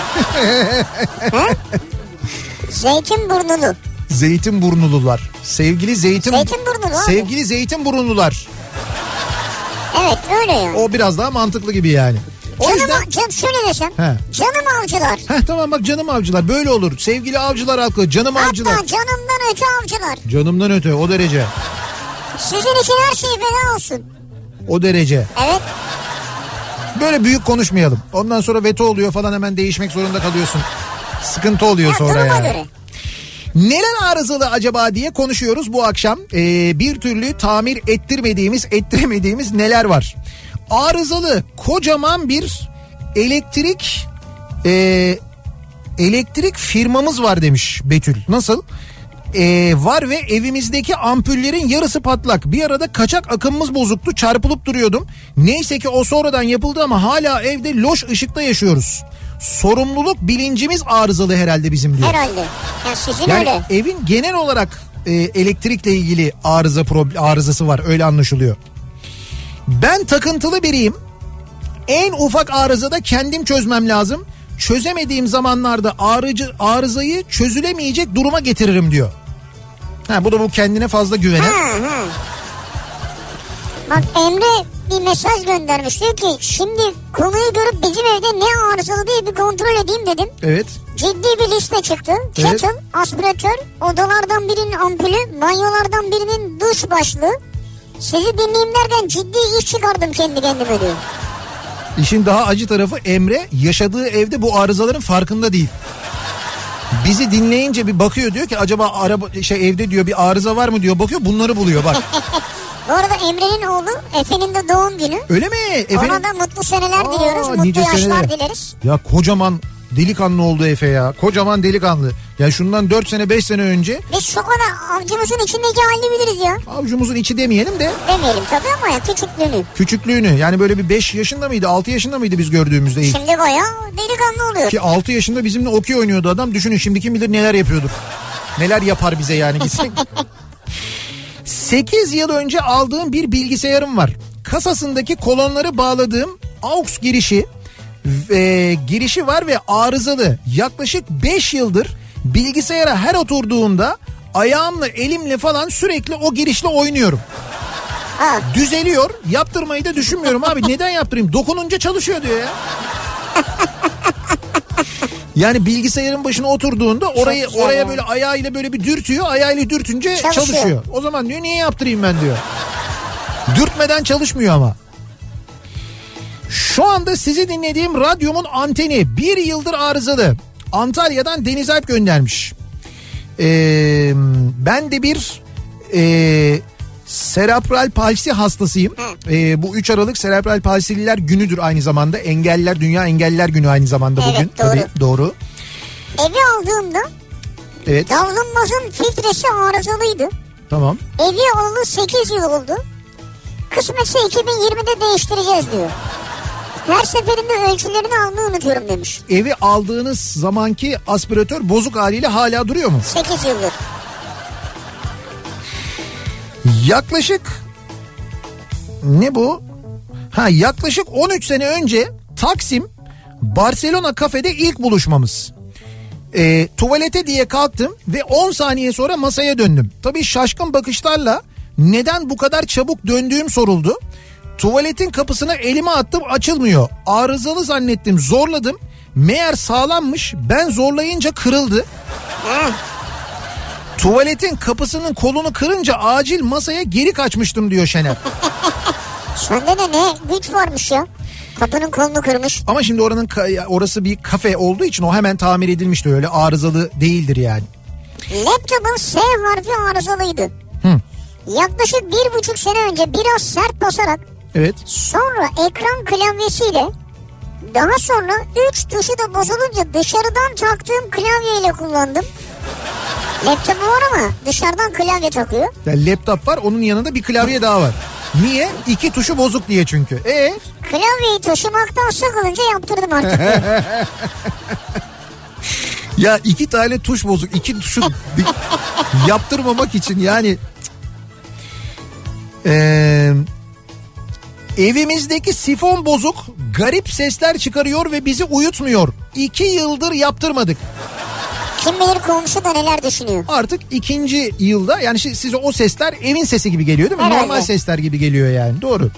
Zeytinburnulu. Zeytinburnulular. Zeytinburnulu abi. Sevgili Zeytinburnulular. Evet öyle yani. O biraz daha mantıklı gibi yani. O yüzden... şöyle desem. Canım avcılar. Tamam bak, canım avcılar böyle olur. Sevgili avcılar halkı, canım hatta avcılar. Hatta canımdan öte avcılar. Canımdan öte, o derece. Sizin için her şey fena olsun. O derece. Evet. Böyle büyük konuşmayalım. Ondan sonra veto oluyor falan, hemen değişmek zorunda kalıyorsun. Sıkıntı oluyor sonra duruma yani. Göre. Neler arızalı acaba diye konuşuyoruz bu akşam. Bir türlü tamir ettiremediğimiz neler var? Arızalı kocaman bir elektrik firmamız var demiş Betül. Nasıl? Var ve evimizdeki ampullerin yarısı patlak. Bir arada kaçak akımımız bozuktu, çarpılıp duruyordum. Neyse ki o sonradan yapıldı ama hala evde loş ışıkta yaşıyoruz. Sorumluluk bilincimiz arızalı herhalde bizim diyor. Herhalde. Ya sizin yani öyle. Evin genel olarak elektrikle ilgili arızası var, öyle anlaşılıyor. Ben takıntılı biriyim. En ufak arızada kendim çözmem lazım. Çözemediğim zamanlarda arızayı çözülemeyecek duruma getiririm diyor. Bu da bu kendine fazla güvenen. Bak Emre bir mesaj göndermiş, diyor ki şimdi konuyu görüp bizim evde ne arızalı diye bir kontrol edeyim dedim. Evet. Ciddi bir liste çıktı. Kettle, aspiratör, odalardan birinin ampulü, banyolardan birinin duş başlığı. Sizi dinleyeyim derken ciddi iş çıkardım kendi kendime diyor. İşin daha acı tarafı, Emre yaşadığı evde bu arızaların farkında değil. Bizi dinleyince bir bakıyor, diyor ki acaba evde diyor bir arıza var mı diyor, bakıyor, bunları buluyor bak. Bu arada Emre'nin oğlu Efe'nin de doğum günü. Öyle mi? Ona da mutlu seneler diliyoruz. Mutlu yaşlar dileriz. Ya kocaman delikanlı oldu Efe ya. Kocaman delikanlı. Ya şundan 4 sene 5 sene önce. Biz şu kadar avcumuzun içindeki halini biliriz ya. Avcumuzun içi demeyelim de. Demeyelim tabii ama ya küçüklüğünü. Küçüklüğünü yani böyle bir 5 yaşında mıydı 6 yaşında mıydı biz gördüğümüzde ilk. Şimdi bayağı delikanlı oluyor. Ki 6 yaşında bizimle okey oynuyordu adam. Düşünün şimdi kim bilir neler yapıyordur. Neler yapar bize yani gitsek. 8 yıl önce aldığım bir bilgisayarım var. Kasasındaki kolonları bağladığım AUX girişi var ve arızalı. Yaklaşık 5 yıldır bilgisayara her oturduğumda ayağımla elimle falan sürekli o girişle oynuyorum. Düzeliyor. Yaptırmayı da düşünmüyorum abi. Neden yaptırayım? Dokununca çalışıyor diyor ya. Yani bilgisayarın başına oturduğunda oraya böyle ayağıyla böyle bir dürtüyor. Ayağıyla dürtünce çalışıyor. O zaman diyor niye yaptırayım ben diyor. Dürtmeden çalışmıyor ama. Şu anda sizi dinlediğim radyomun anteni 1 yıldır arızalı. Antalya'dan Deniz Alp göndermiş. Ben de bir serebral palsi hastasıyım. Bu 3 Aralık serebral palsililer günüdür aynı zamanda. Engelliler, Dünya Engelliler Günü aynı zamanda bugün. Evet, doğru. Tabii, doğru. Evi aldığımda evet. davlumbazın filtresi arızalıydı. Tamam. Evi alalı 8 yıl oldu. Kısmetse 2020'de değiştireceğiz diyor. Her seferinde ölçülerini almayı unutuyorum demiş. Evi aldığınız zamanki aspiratör bozuk haliyle hala duruyor mu? 8 yıldır. Yaklaşık ne bu? Yaklaşık 13 sene önce Taksim Barcelona kafede ilk buluşmamız. Tuvalete diye kalktım ve 10 saniye sonra masaya döndüm. Tabii şaşkın bakışlarla neden bu kadar çabuk döndüğüm soruldu. Tuvaletin kapısına elimi attım, açılmıyor. Arızalı zannettim, zorladım. Meğer sağlammış, ben zorlayınca kırıldı. Tuvaletin kapısının kolunu kırınca acil masaya geri kaçmıştım diyor Şener. Sende de ne güç varmış ya. Kapının kolunu kırmış. Ama şimdi orası bir kafe olduğu için o hemen tamir edilmişti, öyle arızalı değildir yani. Laptopun S harfi arızalıydı. Yaklaşık 1,5 sene önce biraz sert basarak, evet. Sonra ekran klavyesiyle, daha sonra 3 tuşu da bozulunca dışarıdan taktığım klavyeyle kullandım. Laptopu var ama dışarıdan klavye takıyor. Yani laptop var, onun yanında bir klavye daha var. Niye? 2 tuşu bozuk diye çünkü. Klavyeyi taşımaktan sıkılınca yaptırdım artık. Ya 2 tane tuş bozuk. 2 tuşu yaptırmamak için yani. Evimizdeki sifon bozuk, garip sesler çıkarıyor ve bizi uyutmuyor. 2 yıldır yaptırmadık. Kim bilir komşu da neler düşünüyor. Artık 2. yılda yani size o sesler evin sesi gibi geliyor değil mi? Herhalde. Normal sesler gibi geliyor yani, doğru.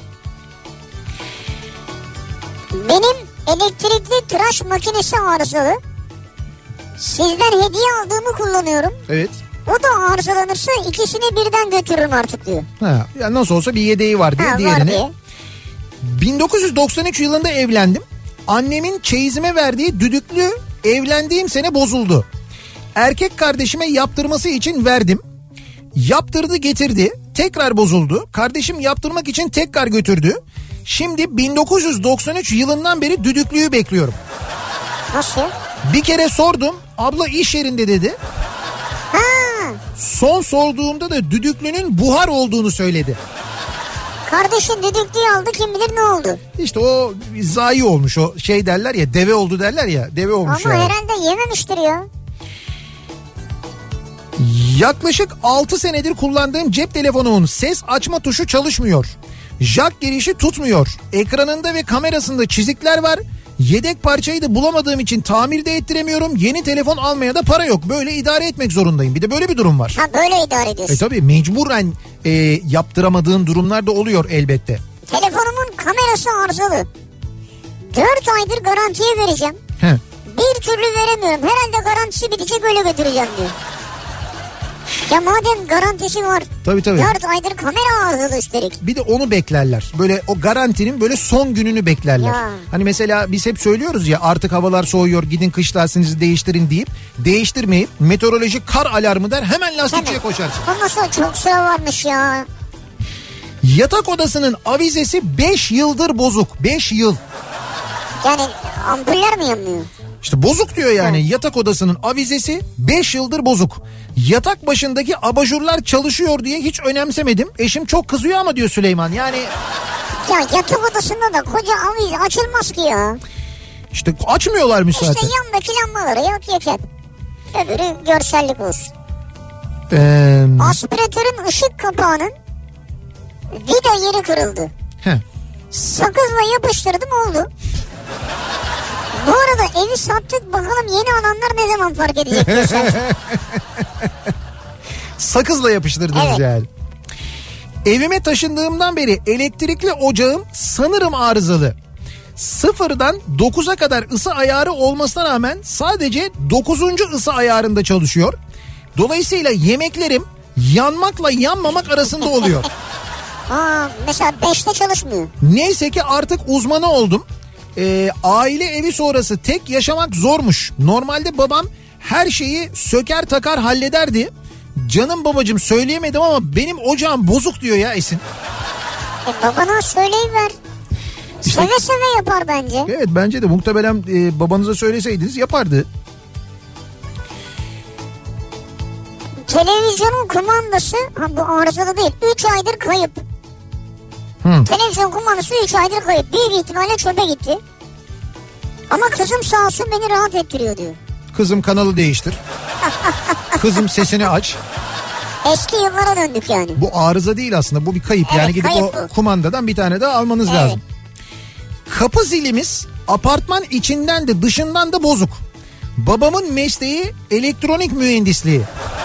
Benim elektrikli tıraş makinesi arızalı. Sizden hediye aldığımı kullanıyorum. Evet. O da arızalanırsa ikisini birden götürürüm artık diyor. Ya nasıl olsa bir yedeği var diye diğerini. Var diye. 1993 yılında evlendim. Annemin çeyizime verdiği düdüklü evlendiğim sene bozuldu. Erkek kardeşime yaptırması için verdim. Yaptırdı, getirdi. Tekrar bozuldu. Kardeşim yaptırmak için tekrar götürdü. Şimdi 1993 yılından beri düdüklüyü bekliyorum. Nasıl? Bir kere sordum. Abla iş yerinde dedi. Son sorduğumda da düdüklünün buhar olduğunu söyledi. Kardeşin düdüklüyü aldı, kim bilir ne oldu. İşte o zayi olmuş, o şey derler ya, deve oldu derler ya, deve olmuş. Ama yani. herhalde yememiştir ya. Yaklaşık 6 senedir kullandığım cep telefonumun ses açma tuşu çalışmıyor. Jack girişi tutmuyor. Ekranında ve kamerasında çizikler var. Yedek parçayı da bulamadığım için tamir de ettiremiyorum. Yeni telefon almaya da para yok. Böyle idare etmek zorundayım. Bir de böyle bir durum var. Böyle idare ediyorsun. Tabii mecburen yaptıramadığın durumlar da oluyor elbette. Telefonumun kamerası arızalı. 4 aydır garantiye vereceğim. Bir türlü veremiyorum. Herhalde garantisi bitecek, öyle götüreceğim diyor. Ya madem garantisi var. Tabii. 4 aydır kamera arızalı üstelik. Bir de onu beklerler. Böyle o garantinin böyle son gününü beklerler. Ya. Hani mesela biz hep söylüyoruz ya, artık havalar soğuyor, gidin kış lastiğinizi değiştirin deyip değiştirmeyip meteorolojik kar alarmı der, hemen lastikçiye koşarsın. Ama sonra çok sıra varmış ya. Yatak odasının avizesi 5 yıldır bozuk. 5 yıl. Yani ampuller mi yanmıyor? İşte bozuk diyor yani. Yatak odasının avizesi 5 yıldır bozuk. Yatak başındaki abajurlar çalışıyor diye hiç önemsemedim. Eşim çok kızıyor ama diyor Süleyman. Yani ya yatak odasında da koca avize açılmaz ki ya. İşte açmıyorlarmış zaten. İşte yandaki lambaları yak yeter. Öbürü görsellik olsun. Aspiratörün ışık kapağının vida yeri kırıldı. Sakızla yapıştırdım, oldu. Bu arada evi sattık, bakalım yeni alanlar ne zaman fark edecek diyorsun. Sakızla yapıştırdınız evet. Yani. Evime taşındığımdan beri elektrikli ocağım sanırım arızalı. 0'dan 9'a kadar ısı ayarı olmasına rağmen sadece 9. ısı ayarında çalışıyor. Dolayısıyla yemeklerim yanmakla yanmamak arasında oluyor. Mesela 5'te çalışmıyor. Neyse ki artık uzmanı oldum. Aile evi sonrası tek yaşamak zormuş. Normalde babam her şeyi söker takar hallederdi. Canım babacığım söyleyemedim ama benim ocağım bozuk diyor ya Esin. Babana söyleyiver. Seve seve yapar bence. Evet bence de muhtemelen babanıza söyleseydiniz yapardı. Televizyonun kumandası bu arızalı değil 3 aydır kayıp. Televizyon kumandası 3 aydır kayıp. Büyük ihtimalle çöpe gitti. Ama kızım sağ olsun beni rahat ettiriyor diyor. Kızım kanalı değiştir. Kızım sesini aç. Eski yıllara döndük yani. Bu arıza değil aslında, bu bir kayıp. Evet, yani gidip o kumandadan bir tane daha almanız lazım. Kapı zilimiz apartman içinden de dışından da bozuk. Babamın mesleği elektronik mühendisliği.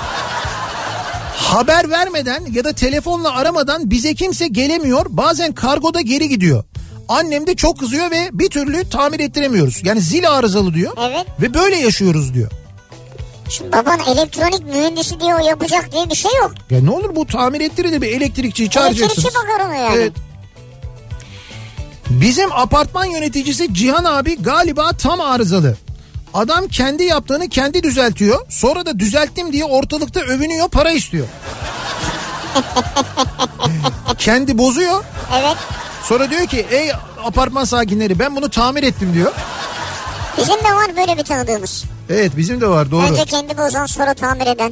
Haber vermeden ya da telefonla aramadan bize kimse gelemiyor. Bazen kargoda geri gidiyor. Annem de çok kızıyor ve bir türlü tamir ettiremiyoruz. Yani zil arızalı diyor. Evet. Ve böyle yaşıyoruz diyor. Şimdi baban elektronik mühendisi diye o yapacak diye bir şey yok. Ya ne olur bu tamir ettirir bir elektrikçiyi çağıracaksınız. Elektrikçi bakar ona yani. Evet. Bizim apartman yöneticisi Cihan abi galiba tam arızalı. Adam kendi yaptığını kendi düzeltiyor. Sonra da düzelttim diye ortalıkta övünüyor, para istiyor. Kendi bozuyor. Evet. Sonra diyor ki ey apartman sakinleri ben bunu tamir ettim diyor. Bizim de var böyle bir tanıdığımız. Evet bizim de var, doğru. Önce kendi bozan sonra tamir eden.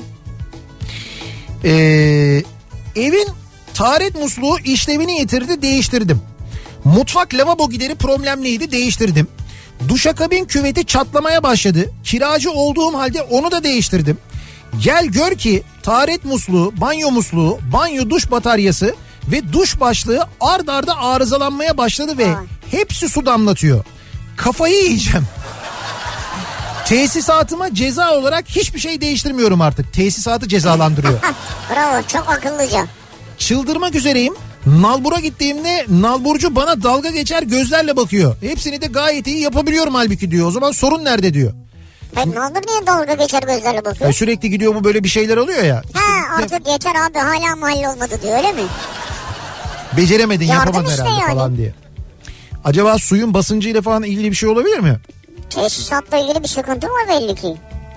Evin taharet musluğu işlevini yitirdi, değiştirdim. Mutfak lavabo gideri problemliydi, değiştirdim. Duşakabin küveti çatlamaya başladı. Kiracı olduğum halde onu da değiştirdim. Gel gör ki taharet musluğu, banyo duş bataryası ve duş başlığı ard arda arızalanmaya başladı ve hepsi su damlatıyor. Kafayı yiyeceğim. Tesisatıma ceza olarak hiçbir şey değiştirmiyorum artık. Tesisatı cezalandırıyor. Bravo, çok akıllıca. Çıldırmak üzereyim. Nalbur'a gittiğimde nalburcu bana dalga geçer gözlerle bakıyor. Hepsini de gayet iyi yapabiliyorum halbuki diyor. O zaman sorun nerede diyor. Nalbur niye dalga geçer gözlerle bakıyor? Ya sürekli gidiyor bu böyle bir şeyler oluyor ya. Ha artık yeter abi hala mı hallolmadı diyor öyle mi? Beceremedin yapamadın işte herhalde yani falan diye. Acaba suyun basıncıyla falan ilgili bir şey olabilir mi? Tesisatla ilgili bir sıkıntı var belli ki.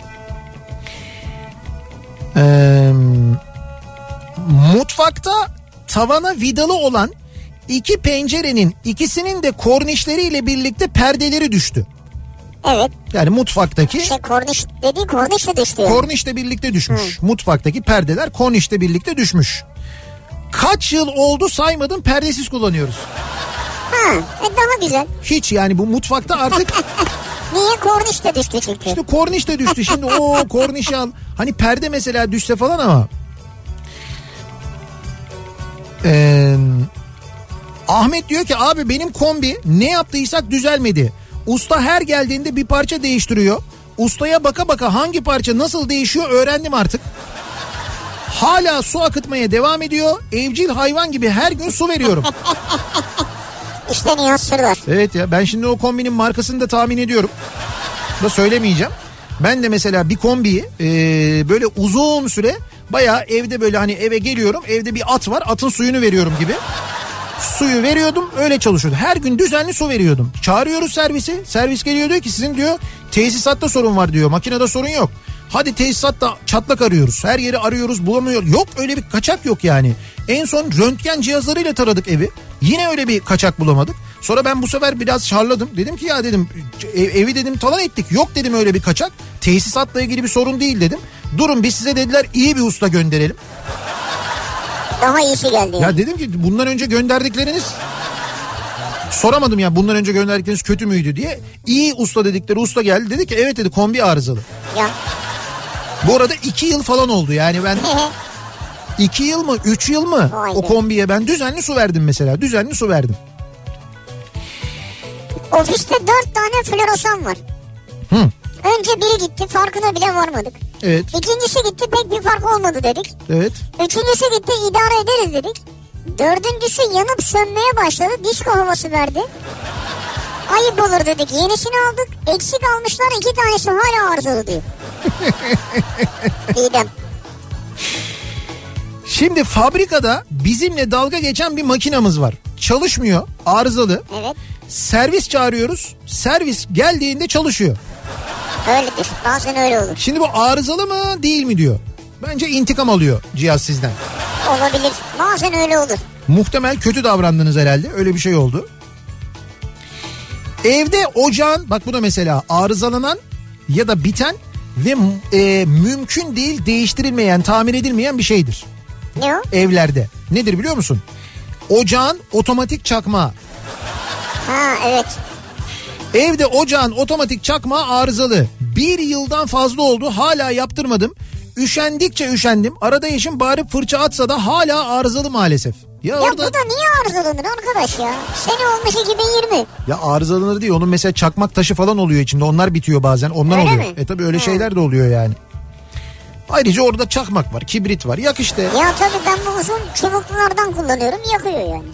Mutfakta tavana vidalı olan iki pencerenin ikisinin de kornişleriyle birlikte perdeleri düştü. Evet. Yani mutfaktaki... korniş dediği kornişle düştü. Yani. Kornişle birlikte düşmüş. Mutfaktaki perdeler kornişle birlikte düşmüş. Kaç yıl oldu saymadım, perdesiz kullanıyoruz. Daha güzel. Hiç yani bu mutfakta artık... Niye korniş de düştü çünkü? İşte korniş de düştü. Şimdi o korniş al. Hani perde mesela düşse falan ama... Ahmet diyor ki abi benim kombi ne yaptıysak düzelmedi. Usta her geldiğinde bir parça değiştiriyor. Ustaya baka baka hangi parça nasıl değişiyor öğrendim artık. Hala su akıtmaya devam ediyor. Evcil hayvan gibi her gün su veriyorum. İşte Nihat Sırdar. Evet ya, ben şimdi o kombinin markasını da tahmin ediyorum. Da söylemeyeceğim. Ben de mesela bir kombiyi böyle uzun süre bayağı evde böyle hani eve geliyorum. Evde bir at var, atın suyunu veriyorum gibi. Suyu veriyordum, öyle çalışıyordu. Her gün düzenli su veriyordum. Çağırıyoruz servisi. Servis geliyor diyor ki sizin diyor tesisatta sorun var diyor. Makinede sorun yok. Hadi tesisatta çatlak arıyoruz. Her yeri arıyoruz, bulamıyoruz. Yok öyle bir kaçak yok yani. En son röntgen cihazlarıyla taradık evi. Yine öyle bir kaçak bulamadık. Sonra ben bu sefer biraz şarladım. Dedim ki ya dedim evi dedim talan ettik. Yok dedim öyle bir kaçak. Tesisatla ilgili bir sorun değil dedim. Durun biz size dediler iyi bir usta gönderelim. Daha iyisi geldi. Ya dedim ki bundan önce gönderdikleriniz... Soramadım ya bundan önce gönderdikleriniz kötü müydü diye. İyi usta dedikleri usta geldi. Dedi ki evet dedi kombi arızalı. Ya. Bu arada 2 yıl falan oldu yani ben... 2 yıl mı 3 yıl mı o kombiye ben düzenli su verdim mesela. Düzenli su verdim. Ofiste 4 tane floresan var. Önce biri gitti, farkına bile varmadık. Evet. İkincisi gitti, pek bir fark olmadı dedik. Evet. Üçüncüsü gitti, idare ederiz dedik. Dördüncüsü yanıp sönmeye başladı, disco havası verdi. Ayıp olur dedik, yenisini aldık. Eksik almışlar, 2 tanesi hala arızalı diyor. İdem. Şimdi fabrikada bizimle dalga geçen bir makinamız var. Çalışmıyor, arızalı. Evet. servis çağırıyoruz. Servis geldiğinde çalışıyor. Öyledir. Bazen öyle olur. Şimdi bu arızalı mı değil mi diyor. Bence intikam alıyor cihaz sizden. Olabilir. Bazen öyle olur. Muhtemel kötü davrandınız herhalde. Öyle bir şey oldu. Evde ocağın, bak bu da mesela arızalanan ya da biten ve mümkün değil değiştirilmeyen, tamir edilmeyen bir şeydir. Ne o? Evlerde. Nedir biliyor musun? Ocağın otomatik çakmağı. Ha evet. Evde ocağın otomatik çakmağı arızalı. 1 yıldan fazla oldu, hala yaptırmadım. Üşendikçe üşendim. Arada eşim bari fırça atsa da hala arızalı maalesef. Ya bu da niye arızalanır arkadaş ya? Sene olmuş 2020. Ya arızalanır değil, onun mesela çakmak taşı falan oluyor içinde, onlar bitiyor bazen, ondan öyle oluyor. Mi? Tabii öyle şeyler de oluyor yani. Ayrıca orada çakmak var, kibrit var, yak işte. Ya tabii ben bu uzun çubuklulardan kullanıyorum, yakıyor yani.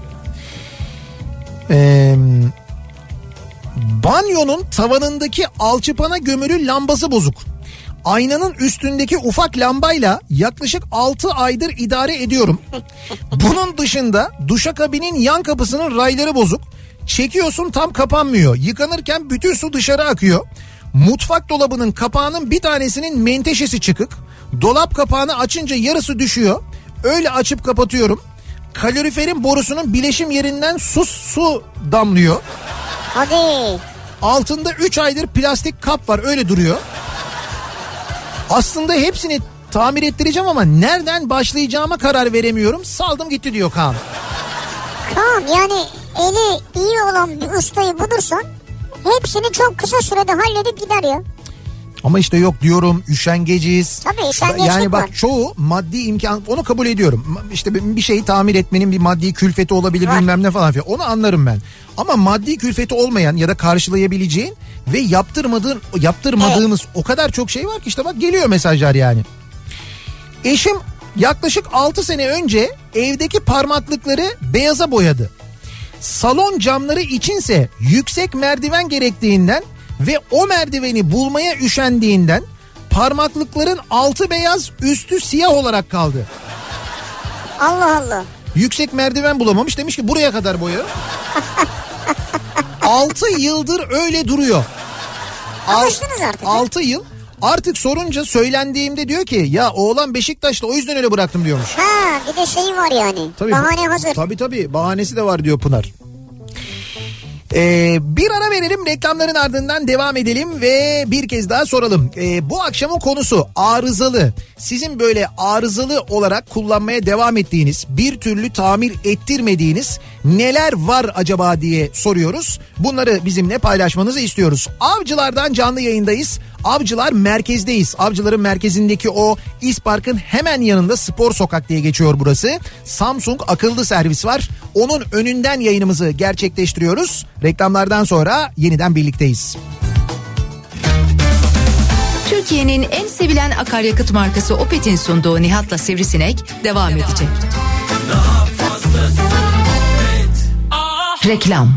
Banyonun tavanındaki alçıpana gömülü lambası bozuk. Aynanın üstündeki ufak lambayla yaklaşık 6 aydır idare ediyorum. Bunun dışında duşakabinin yan kapısının rayları bozuk. Çekiyorsun tam kapanmıyor. Yıkanırken bütün su dışarı akıyor. Mutfak dolabının kapağının bir tanesinin menteşesi çıkık. Dolap kapağını açınca yarısı düşüyor. Öyle açıp kapatıyorum. Kaloriferin borusunun bileşim yerinden su damlıyor. Hadi. Altında 3 aydır plastik kap var, öyle duruyor. Aslında hepsini tamir ettireceğim ama nereden başlayacağıma karar veremiyorum. Saldım gitti diyor Kaan. Kaan yani eli iyi olan bir ustayı bulursan hepsini çok kısa sürede halledip gider ya. Ama işte yok diyorum, üşengeciz. Tabii üşengeçlik yani bak var. çoğu maddi imkan, onu kabul ediyorum. İşte bir şeyi tamir etmenin bir maddi külfeti olabilir, var. bilmem ne falan filan. Onu anlarım ben. Ama maddi külfeti olmayan ya da karşılayabileceğin ve yaptırmadığımız o kadar çok şey var ki işte bak geliyor mesajlar yani. Eşim yaklaşık 6 sene önce evdeki parmaklıkları beyaza boyadı. Salon camları içinse yüksek merdiven gerektiğinden ve o merdiveni bulmaya üşendiğinden parmaklıkların altı beyaz, üstü siyah olarak kaldı. Allah Allah. Yüksek merdiven bulamamış, demiş ki buraya kadar boya. 6 yıldır öyle duruyor. Alıştınız artık. 6 yıl. Artık sorunca, söylendiğimde diyor ki ya oğlan Beşiktaş'ta, o yüzden öyle bıraktım diyormuş. Ha bir de şeyi var yani. Tabii, bahane hazır. Tabii bahanesi de var diyor Pınar. Bir ara verelim, reklamların ardından devam edelim ve bir kez daha soralım. Bu akşamın konusu arızalı. Sizin böyle arızalı olarak kullanmaya devam ettiğiniz, bir türlü tamir ettirmediğiniz neler var acaba diye soruyoruz. Bunları bizimle paylaşmanızı istiyoruz. Avcılar'dan canlı yayındayız. Avcılar merkezdeyiz. Avcıların merkezindeki o İspark'ın hemen yanında Spor Sokak diye geçiyor burası. Samsung akıllı servis var. Onun önünden yayınımızı gerçekleştiriyoruz. Reklamlardan sonra yeniden birlikteyiz. Türkiye'nin en sevilen akaryakıt markası Opet'in sunduğu Nihat'la Sivrisinek devam edecek. Daha fazlası Opet. Reklam.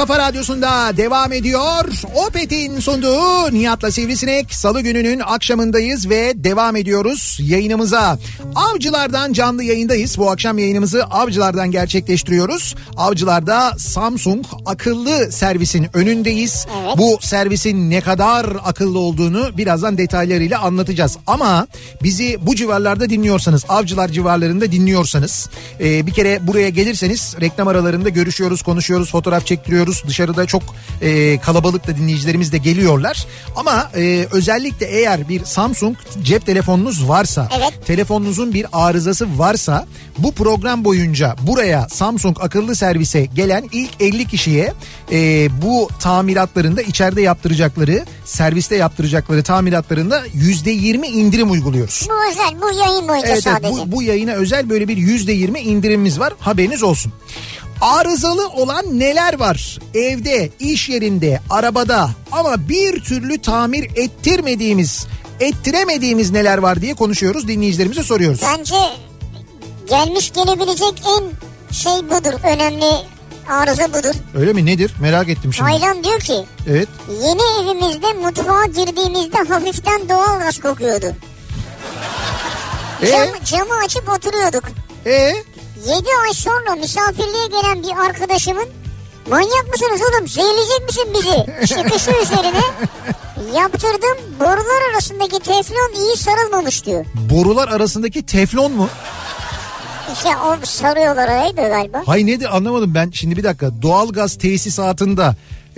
Kafa Radyosu'nda devam ediyor. Opet'in sunduğu Nihat'la Sivrisinek. Salı gününün akşamındayız ve devam ediyoruz yayınımıza. Avcılar'dan canlı yayındayız. Bu akşam yayınımızı Avcılar'dan gerçekleştiriyoruz. Avcılar'da Samsung akıllı servisin önündeyiz. Evet. Bu servisin ne kadar akıllı olduğunu birazdan detaylarıyla anlatacağız. Ama bizi bu civarlarda dinliyorsanız, Avcılar civarlarında dinliyorsanız, bir kere buraya gelirseniz reklam aralarında görüşüyoruz, konuşuyoruz, fotoğraf çektiriyoruz. Dışarıda çok kalabalık da dinleyicilerimiz de geliyorlar. Ama özellikle eğer bir Samsung cep telefonunuz varsa, evet, telefonunuzun bir arızası varsa bu program boyunca buraya Samsung akıllı servise gelen ilk 50 kişiye bu tamiratlarında içeride yaptıracakları, serviste yaptıracakları tamiratlarında %20 indirim uyguluyoruz. Bu özel, bu yayın boyunca evet, sadece. Bu yayına özel böyle bir %20 indirimimiz var, haberiniz olsun. Arızalı olan neler var? Evde, iş yerinde, arabada ama bir türlü tamir ettiremediğimiz neler var diye konuşuyoruz, dinleyicilerimize soruyoruz. Bence gelmiş gelebilecek en şey budur, önemli arıza budur. Öyle mi, nedir? Merak ettim şimdi. Taylan diyor ki, evet, yeni evimizde mutfağa girdiğimizde hafiften doğal gaz kokuyordu. Camı açıp oturuyorduk. 7 ay sonra misafirliğe gelen bir arkadaşımın, manyak mısınız oğlum, zehirleyecek misin bizi çıkışı üzerine yaptırdım, borular arasındaki teflon iyi sarılmamış diyor. Borular arasındaki teflon mu? İşte o sarıyorlar öyle galiba. Hayır, nedir anlamadım ben şimdi, bir dakika. Doğalgaz tesisatında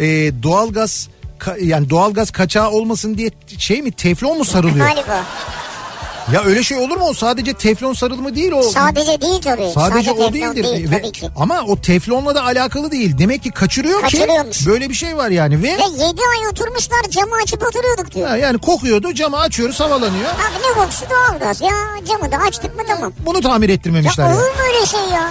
doğalgaz kaçağı olmasın diye şey mi, teflon mu sarılıyor? Galiba. Ya öyle şey olur mu? O sadece teflon sarılımı değil o. Sadece değil tabii. Sadece o teflon değildir. değil, tabii ki. Ama o teflonla da alakalı değil. Demek ki kaçırıyormuş. Ki böyle bir şey var yani. Ve 7 ay oturmuşlar, camı açıp oturuyorduk diyor. Yani kokuyordu, camı açıyoruz, havalanıyor. Abi ne kokusu, doğalgaz ya, camı da açtık mı tamam. Bunu tamir ettirmemişler. Ya olur mu öyle şey ya?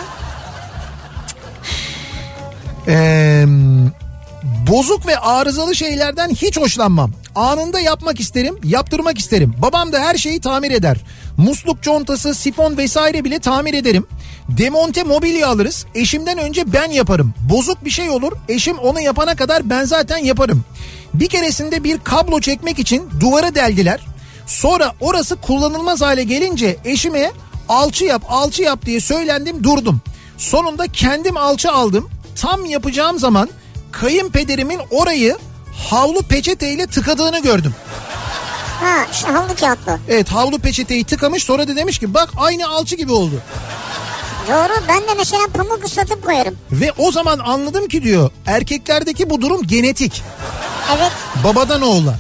Bozuk ve arızalı şeylerden hiç hoşlanmam. Anında yapmak isterim, yaptırmak isterim. Babam da her şeyi tamir eder. Musluk contası, sifon vesaire bile tamir ederim. Demonte mobilya alırız. Eşimden önce ben yaparım. Bozuk bir şey olur, eşim onu yapana kadar ben zaten yaparım. Bir keresinde bir kablo çekmek için duvara deldiler. Sonra orası kullanılmaz hale gelince eşime alçı yap diye söylendim, durdum. Sonunda kendim alçı aldım. Tam yapacağım zaman kayınpederimin orayı havlu peçeteyle tıkadığını gördüm. Ha, işte havlu kağıtlı. Evet, havlu peçeteyi tıkamış, sonra da demiş ki bak aynı alçı gibi oldu. Doğru, ben de mesela pamuk ıslatıp koyarım. Ve o zaman anladım ki diyor, erkeklerdeki bu durum genetik. Evet. Babadan oğula.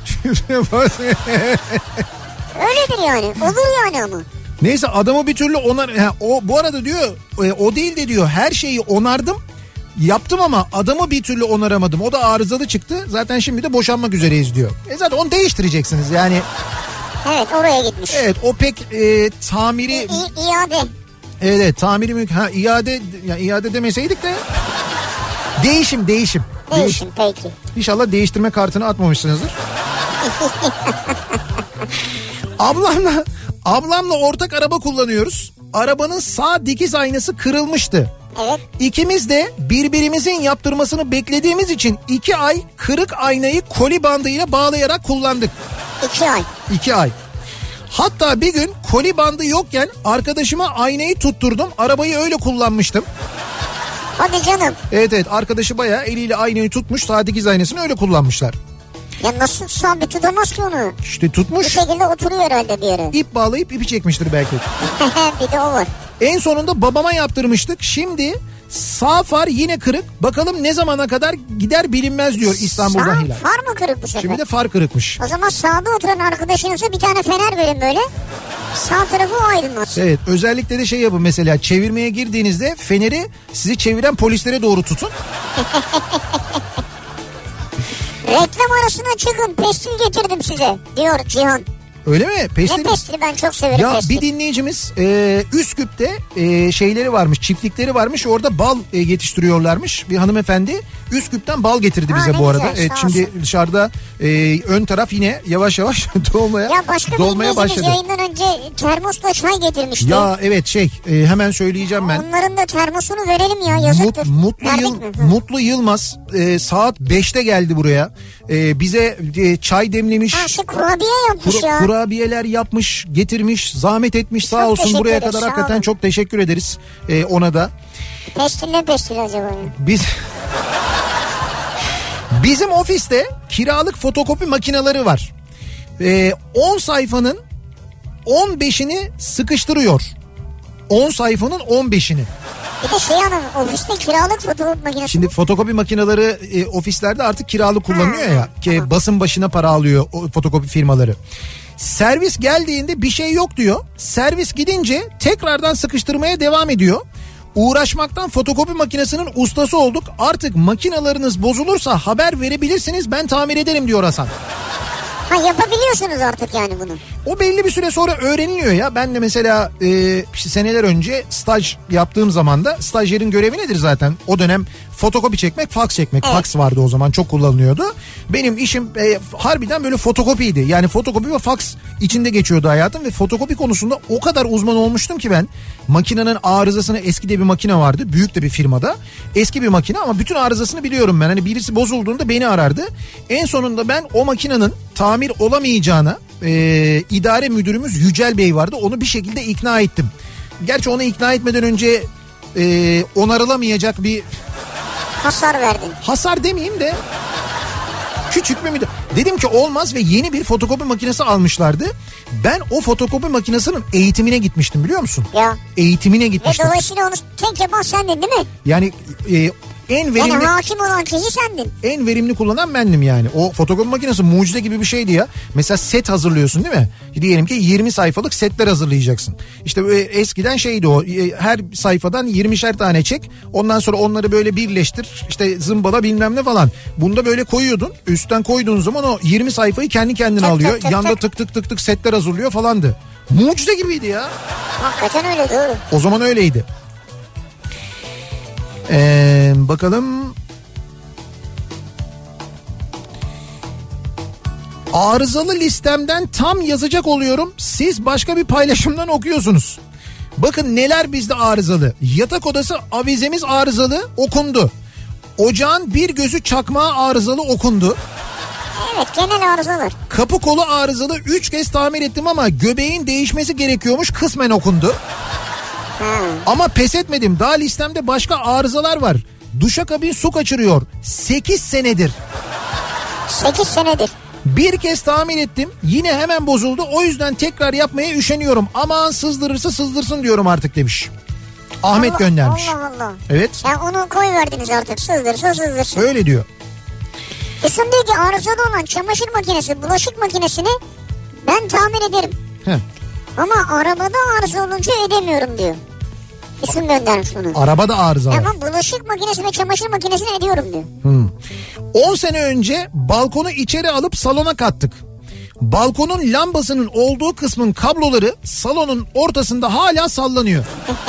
Öyledir yani, olur yani ama. Neyse, adamı bir türlü bu arada diyor o değil de diyor her şeyi onardım. Yaptım ama adamı bir türlü onaramadım. O da arızalı çıktı. Zaten şimdi de boşanmak üzereyiz diyor. Zaten onu değiştireceksiniz yani. Evet, oraya gitmiş. Evet, o pek tamiri... İade. Evet, tamiri iade demeseydik de. Değişim. Değişim peki. İnşallah değiştirme kartını atmamışsınızdır. Ablamla ortak araba kullanıyoruz. Arabanın sağ dikiz aynası kırılmıştı. Evet. İkimiz de birbirimizin yaptırmasını beklediğimiz için 2 ay kırık aynayı koli bandıyla bağlayarak kullandık. 2 ay. 2 ay. Hatta bir gün koli bandı yokken arkadaşıma aynayı tutturdum. Arabayı öyle kullanmıştım. Hadi canım. Evet, arkadaşı bayağı eliyle aynayı tutmuş, sağ dikiz aynasını öyle kullanmışlar. Ya nasıl sabit tutamaz ki onu? İşte tutmuş. Bu şekilde oturuyor herhalde bir yere. İp bağlayıp ipi çekmiştir belki. Bir de o var. En sonunda babama yaptırmıştık. Şimdi sağ far yine kırık. Bakalım ne zamana kadar gider bilinmez diyor İstanbul'dan Hilal. Far mı kırık bu sefer? Şimdi de far kırıkmış. O zaman sağda oturan arkadaşınıza bir tane fener verin böyle. Sağ tarafı o aydınlatsın. Evet, özellikle de şey yapın, mesela çevirmeye girdiğinizde feneri sizi çeviren polislere doğru tutun. Reklam arasına çıkın, pestil getirdim size diyor Cihan. Öyle mi? Ne pestili, ben çok severim ya pestil. Bir dinleyicimiz Üsküp'te şeyleri varmış, çiftlikleri varmış, orada bal yetiştiriyorlarmış. Bir hanımefendi Üsküp'ten bal getirdi bize bu arada. Güzel, şimdi dışarıda ön taraf yine yavaş yavaş dolmaya başladı. Ya başka bir yayından önce termosla çay getirmişti. Ya evet hemen söyleyeceğim ben. Onların da termosunu verelim ya, yazıktır. Mutlu Yılmaz saat 5'te geldi buraya. Bize çay demlemiş. Kurabiye yapmış ya. Kurabiyeler yapmış, getirmiş, zahmet etmiş, sağ olsun buraya kadar, hakikaten çok teşekkür ederiz ona da. Pestil ne pestil acaba ya? Bizim ofiste kiralık fotokopi makineleri var. 10 sayfanın 15'ini sıkıştırıyor. 10 sayfanın 15'ini. Bir de ofiste kiralık fotokopi makinesi. Şimdi fotokopi makineleri ofislerde artık kiralık kullanılıyor ya. Tamam. Basın başına para alıyor o fotokopi firmaları. Servis geldiğinde bir şey yok diyor. Servis gidince tekrardan sıkıştırmaya devam ediyor. Uğraşmaktan fotokopi makinesinin ustası olduk. Artık makinalarınız bozulursa haber verebilirsiniz, ben tamir ederim diyor Hasan. Yapabiliyorsunuz artık yani bunu. O belli bir süre sonra öğreniliyor ya. Ben de mesela seneler önce staj yaptığım zaman da stajyerin görevi nedir zaten? O dönem fotokopi çekmek, faks çekmek. Evet. Faks vardı o zaman, çok kullanılıyordu. Benim işim harbiden böyle fotokopiydi. Yani fotokopi ve faks içinde geçiyordu hayatım ve fotokopi konusunda o kadar uzman olmuştum ki ben. Makinenin arızasını, eskide bir makine vardı. Büyük de bir firmada. Eski bir makine ama bütün arızasını biliyorum ben. Hani birisi bozulduğunda beni arardı. En sonunda ben o makinenin tamir olamayacağına idare müdürümüz Yücel Bey vardı. Onu bir şekilde ikna ettim. Gerçi onu ikna etmeden önce onarılamayacak bir hasar verdin. Hasar demeyeyim de küçük bir müdahale. Dedim ki olmaz ve yeni bir fotokopi makinesi almışlardı. Ben o fotokopi makinesinin eğitimine gitmiştim, biliyor musun? Ya. Eğitimine gitmiştim. Ve dolayısıyla onu tek yapan sendin değil mi? Yani en verimli... Yani hakim olan kişi sendin. En verimli kullanan bendim yani. O fotokopi makinesi mucize gibi bir şeydi ya. Mesela set hazırlıyorsun değil mi? Diyelim ki 20 sayfalık setler hazırlayacaksın. İşte eskiden şeydi o. Her sayfadan 20'şer tane çek. Ondan sonra onları böyle birleştir. İşte zımbala bilmem ne falan. Bunda böyle koyuyordun. Üstten koyduğun zaman o 20 sayfayı kendi kendine alıyor. Yanda tık tık tık tık setler hazırlıyor falandı. Mucize gibiydi ya. Hakikaten öyle, doğru. O zaman öyleydi. Bakalım. Arızalı listemden tam yazacak oluyorum. Siz başka bir paylaşımdan okuyorsunuz. Bakın neler bizde arızalı. Yatak odası avizemiz arızalı, okundu. Ocağın bir gözü çakmağı arızalı, okundu. Evet, genel arızalar. Kapı kolu arızalı, 3 kez tamir ettim ama göbeğin değişmesi gerekiyormuş, kısmen okundu. Ama pes etmedim. Daha listemde başka arızalar var. Duşakabin su kaçırıyor. 8 senedir. 8 senedir. Bir kez tamir ettim. Yine hemen bozuldu. O yüzden tekrar yapmaya üşeniyorum. Aman sızdırırsa sızdırsın diyorum artık demiş. Ahmet göndermiş. Allah Allah. Evet. Ya onu koyverdiniz artık. Sızdırsa sızdırsın. Öyle diyor. Füsun diyor ki arızalı olan çamaşır makinesi, bulaşık makinesini ben tamir ederim. Heh. Ama arabada arıza olunca edemiyorum diyor. İsim göndermiş bunu. Arabada arıza var. Ama bulaşık makinesi ve çamaşır makinesini ediyorum diyor. 10 sene önce balkonu içeri alıp salona kattık. Balkonun lambasının olduğu kısmın kabloları salonun ortasında hala sallanıyor.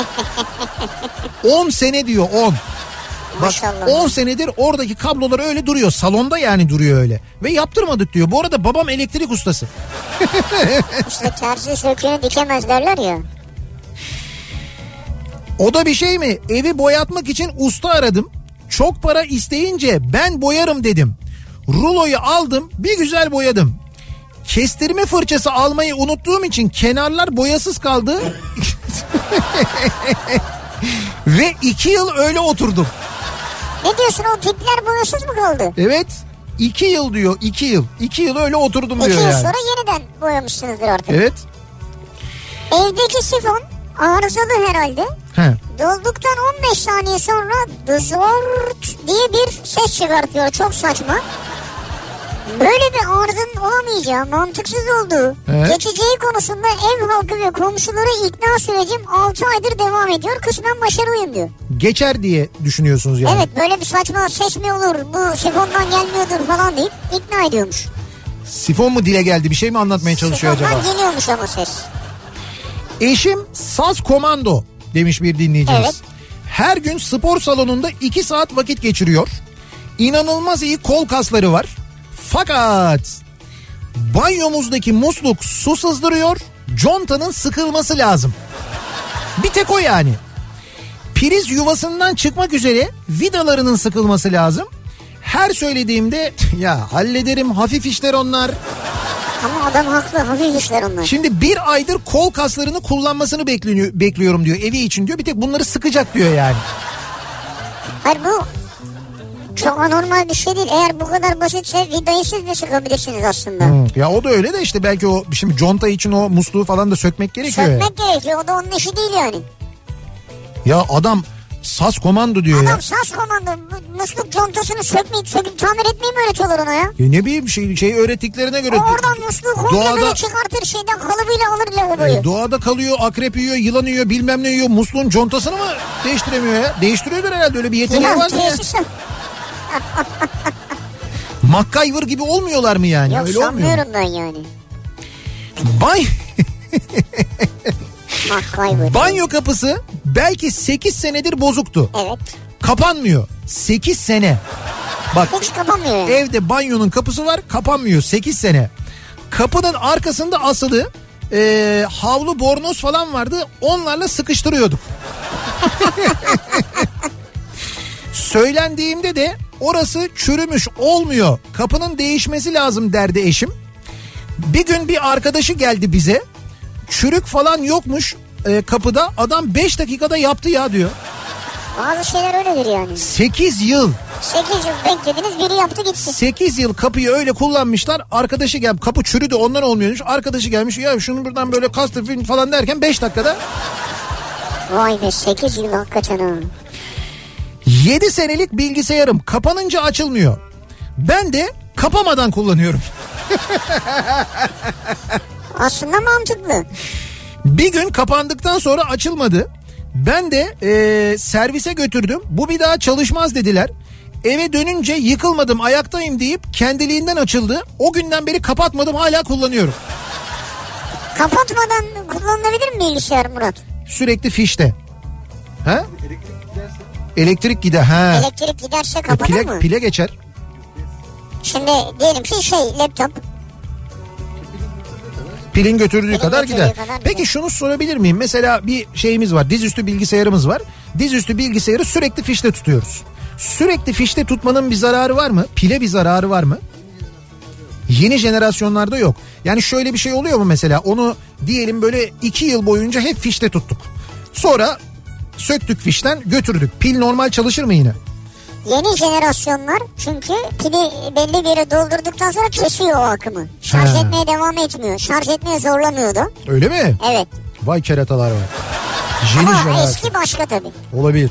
10 sene diyor, 10. Bak, 10 senedir oradaki kablolar öyle duruyor. Salonda yani duruyor öyle. Ve yaptırmadık diyor. Bu arada babam elektrik ustası. İşte tersi söküğünü dikemez derler ya. O da bir şey mi? Evi boyatmak için usta aradım. Çok para isteyince ben boyarım dedim. Ruloyu aldım, bir güzel boyadım. Kestirme fırçası almayı unuttuğum için kenarlar boyasız kaldı. Ve 2 yıl öyle oturdum. Ne diyorsun, o tipler boyasız mı kaldı? Evet. 2 yıl diyor, 2 yıl. 2 yıl öyle oturdum diyor yani. 2 yıl sonra yeniden boyamışsınızdır artık. Evet. Evdeki sifon arızalı herhalde. He. Dolduktan 15 saniye sonra dızort diye bir ses çıkartıyor. Çok saçma. Böyle bir arızanın olamayacağı, mantıksız olduğu, geçeceği konusunda ev halkı ve komşuları ikna sürecim 6 aydır devam ediyor. Kısmen başarılıyım diyor. Geçer diye düşünüyorsunuz yani. Evet, böyle bir saçma ses mi olur, bu sifondan gelmiyordur falan deyip ikna ediyormuş. Sifon mu dile geldi? Bir şey mi anlatmaya çalışıyor acaba? Sifondan geliyormuş ama ses. Eşim saz komando demiş bir dinleyicimiz. Evet. Her gün spor salonunda 2 saat vakit geçiriyor. İnanılmaz iyi kol kasları var. Fakat banyomuzdaki musluk su sızdırıyor. Contanın sıkılması lazım. Bir tek o yani. Priz yuvasından çıkmak üzere vidalarının sıkılması lazım. Her söylediğimde ya hallederim, hafif işler onlar. Ama adam haklı, hafif işler onlar. Şimdi bir aydır kol kaslarını kullanmasını bekliyorum diyor evi için diyor. Bir tek bunları sıkacak diyor yani. Hayır, bu çok anormal bir şey değil. Eğer bu kadar basitse vidayı siz de sıkabilirsiniz aslında. Ya o da öyle de işte belki o şimdi conta için o musluğu falan da sökmek gerekiyor. Sökmek gerekiyor, o da onun işi değil yani. Ya adam saz komando diyor adam ya. Saz komando musluk contasını söküp tamir etmeyi mi öğretiyorlar ona ya? Ya ne bileyim şey öğrettiklerine göre. O oradan musluğu komple böyle çıkartır, şeyden kalıbıyla alır lavaboyu. Doğada kalıyor, akrep yiyor, yılan yiyor, bilmem ne yiyor. Musluğun contasını mı değiştiremiyor ya? Değiştiriyordur herhalde, öyle bir yeteneği var mı ya? MacGyver gibi olmuyorlar mı yani? Yok, öyle sanmıyorum ben yani. Banyo kapısı belki 8 senedir bozuktu. Evet. Kapanmıyor. 8 sene. Bak, hiç kapanmıyor yani. Evde banyonun kapısı var, kapanmıyor 8 sene. Kapının arkasında asılı havlu bornoz falan vardı, onlarla sıkıştırıyorduk. Söylendiğimde de orası çürümüş, olmuyor, kapının değişmesi lazım derdi eşim. Bir gün bir arkadaşı geldi bize, çürük falan yokmuş kapıda, adam 5 dakikada yaptı ya diyor. Bazı şeyler öyledir yani. 8 yıl. 8 yıl beklediniz, biri yaptı gitti. 8 yıl kapıyı öyle kullanmışlar. Arkadaşı gel, kapı çürüdü ondan olmuyormuş. Arkadaşı gelmiş, ya şunu buradan böyle kastır falan derken 5 dakikada. Vay be, 8 yıl hakikaten ha. 7 senelik bilgisayarım kapanınca açılmıyor. Ben de kapamadan kullanıyorum. Aslında mantıklı. Bir gün kapandıktan sonra açılmadı. Ben de servise götürdüm. Bu bir daha çalışmaz dediler. Eve dönünce yıkılmadım, ayaktayım deyip kendiliğinden açıldı. O günden beri kapatmadım, hala kullanıyorum. Kapatmadan kullanılabilir mi bilgisayar Murat? Sürekli fişte. Ha? Elektrik gider. Ha. Elektrik giderse kapanır mı? Pile geçer. Şimdi diyelim ki laptop. Pilin götürdüğü kadar gider. Peki şunu sorabilir miyim? Mesela bir şeyimiz var, dizüstü bilgisayarımız var. Dizüstü bilgisayarı sürekli fişte tutuyoruz. Sürekli fişte tutmanın bir zararı var mı? Pile bir zararı var mı? Yeni jenerasyonlarda yok. Yani şöyle bir şey oluyor mu mesela? Onu diyelim böyle 2 yıl boyunca hep fişte tuttuk. Sonra söktük fişten, götürdük. Pil normal çalışır mı yine? Yeni jenerasyonlar çünkü pili belli bir yere doldurduktan sonra kesiyor o akımı. Şarj etmeye devam etmiyor. Şarj etmeye zorlamıyor da. Öyle mi? Evet. Vay keratalar var. Ama eski başka tabii. Olabilir.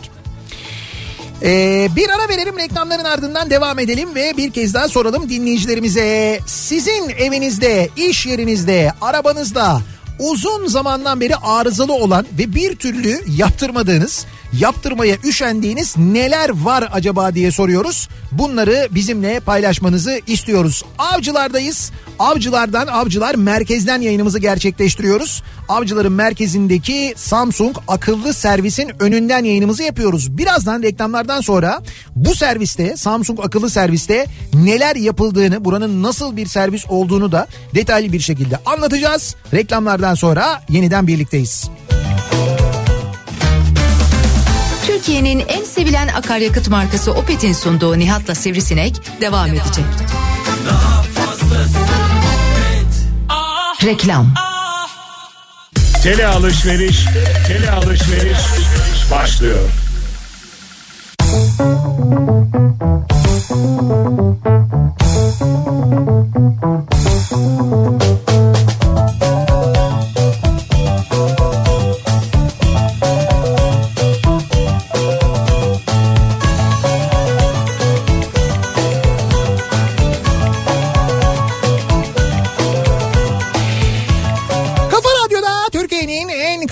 Bir ara verelim, reklamların ardından devam edelim ve bir kez daha soralım dinleyicilerimize. Sizin evinizde, iş yerinizde, arabanızda uzun zamandan beri arızalı olan ve bir türlü yaptırmadığınız, yaptırmaya üşendiğiniz neler var acaba diye soruyoruz. Bunları bizimle paylaşmanızı istiyoruz. Avcılardayız. Avcılar merkezden yayınımızı gerçekleştiriyoruz. Avcıların merkezindeki Samsung akıllı servisin önünden yayınımızı yapıyoruz. Birazdan reklamlardan sonra bu serviste, Samsung akıllı serviste neler yapıldığını, buranın nasıl bir servis olduğunu da detaylı bir şekilde anlatacağız. Reklamlardan sonra yeniden birlikteyiz. Türkiye'nin en sevilen akaryakıt markası Opet'in sunduğu Nihat'la Sivrisinek devam edecek. Daha fazlası Reklam. Tele alışveriş başlıyor.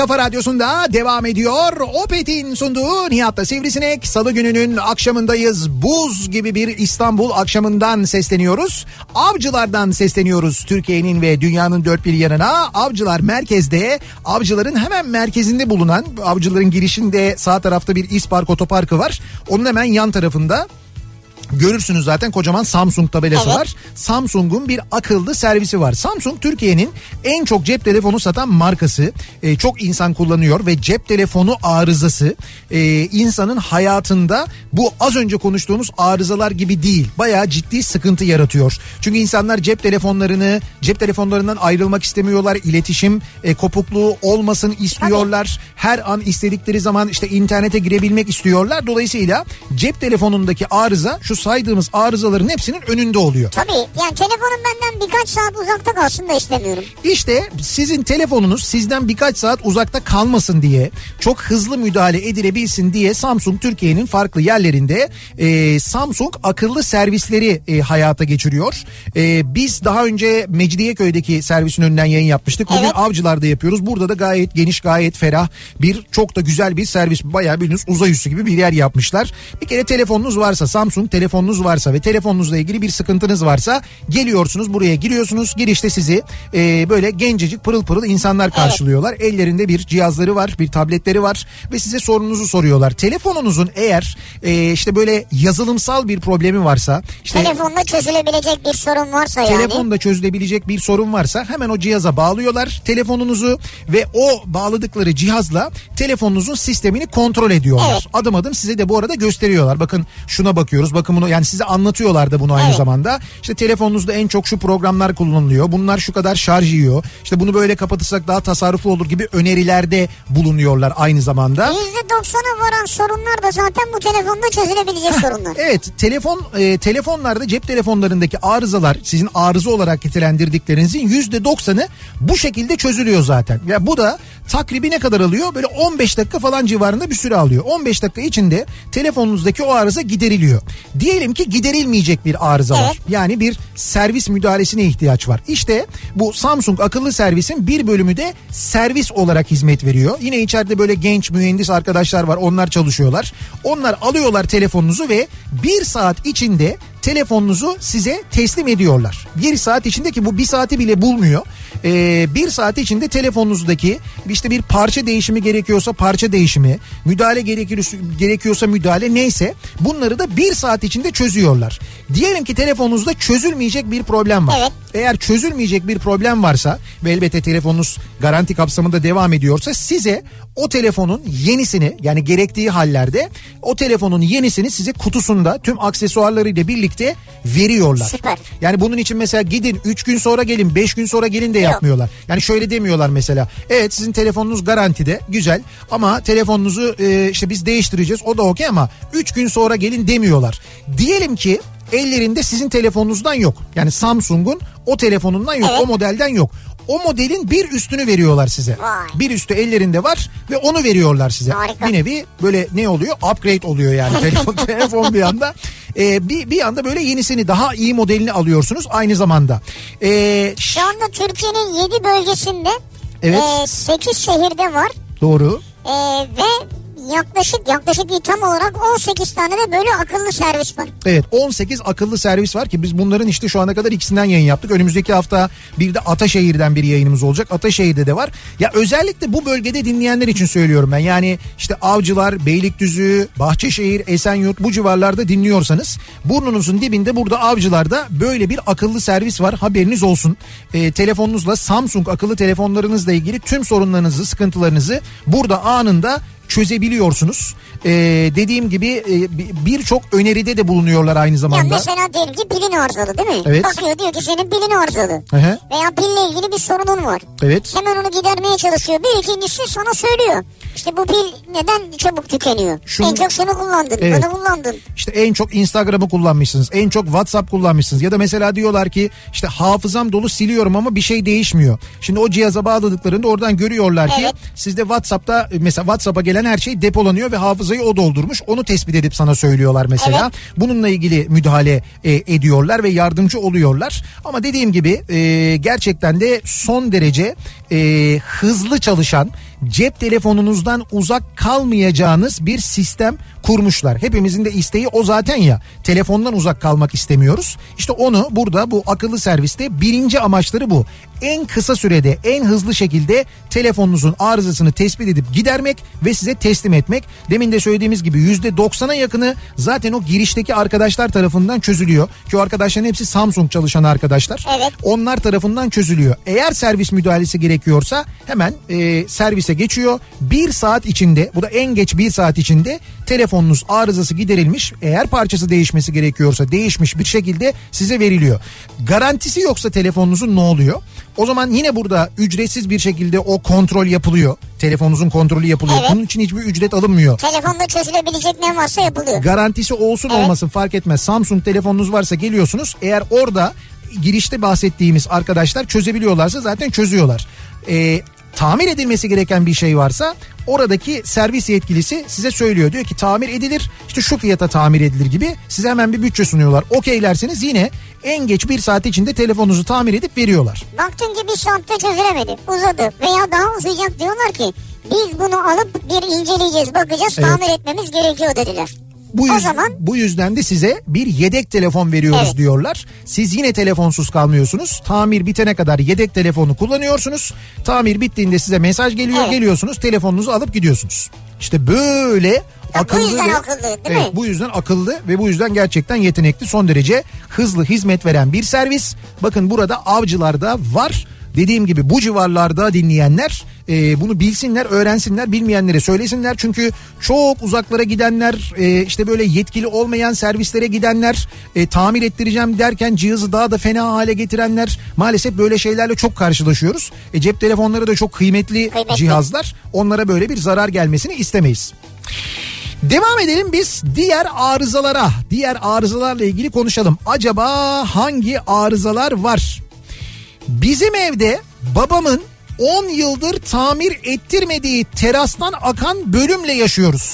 Kafa Radyosu'nda devam ediyor. Opet'in sunduğu Nihat'la Sivrisinek. Salı gününün akşamındayız. Buz gibi bir İstanbul akşamından sesleniyoruz. Avcılar'dan sesleniyoruz. Türkiye'nin ve dünyanın dört bir yanına. Avcılar merkezde. Avcılar'ın hemen merkezinde bulunan, Avcılar'ın girişinde sağ tarafta bir İspark otoparkı var. Onun hemen yan tarafında görürsünüz zaten kocaman Samsung tabelası var. Samsung'un bir akıllı servisi var. Samsung Türkiye'nin en çok cep telefonu satan markası. Çok insan kullanıyor ve cep telefonu arızası insanın hayatında bu az önce konuştuğumuz arızalar gibi değil. Bayağı ciddi sıkıntı yaratıyor. Çünkü insanlar cep telefonlarından ayrılmak istemiyorlar. İletişim kopukluğu olmasın istiyorlar. Her an istedikleri zaman işte internete girebilmek istiyorlar. Dolayısıyla cep telefonundaki arıza şu saydığımız arızaların hepsinin önünde oluyor. Tabii yani telefonum benden birkaç saat uzakta kalsın da istemiyorum. İşte sizin telefonunuz sizden birkaç saat uzakta kalmasın diye, çok hızlı müdahale edilebilsin diye Samsung Türkiye'nin farklı yerlerinde Samsung akıllı servisleri hayata geçiriyor. Biz daha önce Mecidiyeköy'deki servisin önünden yayın yapmıştık. Bugün Avcılar'da yapıyoruz. Burada da gayet geniş, gayet ferah bir, çok da güzel bir servis. Bayağı bildiğiniz uzay üssü gibi bir yer yapmışlar. Bir kere telefonunuz varsa, Samsung telefonunuz varsa ve telefonunuzla ilgili bir sıkıntınız varsa geliyorsunuz, buraya giriyorsunuz. Girişte sizi böyle gencecik pırıl pırıl insanlar karşılıyorlar. Ellerinde bir cihazları var, bir tabletleri var ve size sorununuzu soruyorlar. Telefonunuzun eğer işte böyle yazılımsal bir problemi varsa, işte telefonda çözülebilecek bir sorun varsa, telefonda çözülebilecek bir sorun varsa hemen o cihaza bağlıyorlar telefonunuzu ve o bağladıkları cihazla telefonunuzun sistemini kontrol ediyorlar. Adım adım size de bu arada gösteriyorlar. Bakın şuna bakıyoruz, bakın bunu, yani size anlatıyorlar da bunu aynı zamanda. İşte telefonunuzda en çok şu programlar kullanılıyor. Bunlar şu kadar şarj yiyor. İşte bunu böyle kapatırsak daha tasarruflu olur gibi önerilerde bulunuyorlar aynı zamanda. %90'a varan sorunlar da zaten bu telefonda çözülebilecek sorunlar. Evet, telefonlarda, cep telefonlarındaki arızalar, sizin arıza olarak nitelendirdiklerinizin %90'ı bu şekilde çözülüyor zaten. Ya bu da takribi ne kadar alıyor? Böyle 15 dakika falan civarında bir süre alıyor. 15 dakika içinde telefonunuzdaki o arıza gideriliyor. Diyelim ki giderilmeyecek bir arıza var. Yani bir servis müdahalesine ihtiyaç var. İşte bu Samsung akıllı servisin bir bölümü de servis olarak hizmet veriyor. Yine içeride böyle genç mühendis arkadaşlar var. Onlar çalışıyorlar. Onlar alıyorlar telefonunuzu ve bir saat içinde telefonunuzu size teslim ediyorlar. Bir saat içinde, ki bu bir saati bile bulmuyor. Bir saat içinde telefonunuzdaki işte bir parça değişimi gerekiyorsa parça değişimi, müdahale gerekiyorsa müdahale, neyse bunları da bir saat içinde çözüyorlar. Diyelim ki telefonunuzda çözülmeyecek bir problem var. Eğer çözülmeyecek bir problem varsa ve elbette telefonunuz garanti kapsamında devam ediyorsa size o telefonun yenisini, yani gerektiği hallerde o telefonun yenisini size kutusunda tüm aksesuarlarıyla birlikte veriyorlar. Süper. Yani bunun için mesela gidin 3 gün sonra gelin, 5 gün sonra gelin de yapmıyorlar. Yani şöyle demiyorlar mesela. Evet, sizin telefonunuz garantide, güzel, ama telefonunuzu işte biz değiştireceğiz, o da okey, ama 3 gün sonra gelin demiyorlar. Diyelim ki ellerinde sizin telefonunuzdan yok. Yani Samsung'un o telefonundan yok, o modelden yok. O modelin bir üstünü veriyorlar size. Bir üstü ellerinde var ve onu veriyorlar size. Harika. Bir nevi böyle ne oluyor? Upgrade oluyor yani telefon bir anda. Bir anda böyle yenisini, daha iyi modelini alıyorsunuz aynı zamanda. Şu anda Türkiye'nin 7 bölgesinde 8 şehirde var. Doğru. Ve yaklaşık değil, tam olarak 18 tane de böyle akıllı servis var. Evet, 18 akıllı servis var ki biz bunların işte şu ana kadar ikisinden yayın yaptık. Önümüzdeki hafta bir de Ataşehir'den bir yayınımız olacak. Ataşehir'de de var. Ya özellikle bu bölgede dinleyenler için söylüyorum ben. Yani işte Avcılar, Beylikdüzü, Bahçeşehir, Esenyurt, bu civarlarda dinliyorsanız burnunuzun dibinde burada Avcılar'da böyle bir akıllı servis var. Haberiniz olsun. Telefonunuzla, Samsung akıllı telefonlarınızla ilgili tüm sorunlarınızı, sıkıntılarınızı burada anında çözebiliyorsunuz. Dediğim gibi birçok öneride de bulunuyorlar aynı zamanda. Ya mesela diyelim ki pilin arızalı değil mi? Evet. Bakıyor, diyor ki senin pilin arızalı. Veya pille ilgili bir sorunun var. Evet. Hemen onu gidermeye çalışıyor. Bir ikincisi sana söylüyor. İşte bu pil neden çabuk tükeniyor? En çok şunu kullandın, bunu kullandın. İşte en çok Instagram'ı kullanmışsınız, en çok WhatsApp kullanmışsınız. Ya da mesela diyorlar ki işte hafızam dolu, siliyorum ama bir şey değişmiyor. Şimdi o cihaza bağladıklarında oradan görüyorlar ki sizde WhatsApp'ta mesela WhatsApp'a gelen her şey depolanıyor ve hafızayı o doldurmuş. Onu tespit edip sana söylüyorlar mesela. Bununla ilgili müdahale ediyorlar ve yardımcı oluyorlar. Ama dediğim gibi gerçekten de son derece hızlı çalışan, cep telefonunuzdan uzak kalmayacağınız bir sistem kurmuşlar. Hepimizin de isteği o zaten ya. Telefondan uzak kalmak istemiyoruz. İşte onu burada bu akıllı serviste birinci amaçları bu. En kısa sürede, en hızlı şekilde telefonunuzun arızasını tespit edip gidermek ve size teslim etmek. Demin de söylediğimiz gibi %90'a yakını zaten o girişteki arkadaşlar tarafından çözülüyor. Ki o arkadaşların hepsi Samsung çalışan arkadaşlar. Evet. Onlar tarafından çözülüyor. Eğer servis müdahalesi gerekiyorsa hemen servise geçiyor. 1 saat içinde, bu da en geç 1 saat içinde telefonunuz arızası giderilmiş. Eğer parçası değişmesi gerekiyorsa değişmiş bir şekilde size veriliyor. Garantisi yoksa telefonunuzun ne oluyor? O zaman yine burada ücretsiz bir şekilde o kontrol yapılıyor. Telefonunuzun kontrolü yapılıyor. Evet. Bunun için hiçbir ücret alınmıyor. Telefonda çözülebilecek ne varsa yapılıyor. Garantisi olsun olmasın fark etmez. Samsung telefonunuz varsa geliyorsunuz. Eğer orada girişte bahsettiğimiz arkadaşlar çözebiliyorlarsa zaten çözüyorlar. Tamir edilmesi gereken bir şey varsa oradaki servis yetkilisi size söylüyor. Diyor ki tamir edilir, işte şu fiyata tamir edilir gibi size hemen bir bütçe sunuyorlar. Okeylerseniz yine en geç 1 saat içinde telefonunuzu tamir edip veriyorlar. Baktın ki 1 saatte çözülemedi, uzadı veya daha uzayacak, diyorlar ki biz bunu alıp bir inceleyeceğiz, bakacağız, Evet. tamir etmemiz gerekiyor dediler. Bu yüzden de size bir yedek telefon veriyoruz Evet. diyorlar. Siz yine telefonsuz kalmıyorsunuz. Tamir bitene kadar yedek telefonu kullanıyorsunuz. Tamir bittiğinde size mesaj geliyor. Evet. Geliyorsunuz, telefonunuzu alıp gidiyorsunuz. İşte böyle akıllı. Bu yüzden ve, akıllı değil evet, mi? bu yüzden akıllı ve bu yüzden gerçekten yetenekli, son derece hızlı hizmet veren bir servis. Bakın burada Avcılar'da var. Dediğim gibi bu civarlarda dinleyenler bunu bilsinler, öğrensinler, bilmeyenlere söylesinler. Çünkü çok uzaklara gidenler, işte böyle yetkili olmayan servislere gidenler, tamir ettireceğim derken cihazı daha da fena hale getirenler, maalesef böyle şeylerle çok karşılaşıyoruz. Cep telefonları da çok kıymetli cihazlar. Onlara böyle bir zarar gelmesini istemeyiz. Devam edelim biz diğer arızalarla ilgili konuşalım. Acaba hangi arızalar var? Bizim evde babamın 10 yıldır tamir ettirmediği terastan akan bölümle yaşıyoruz.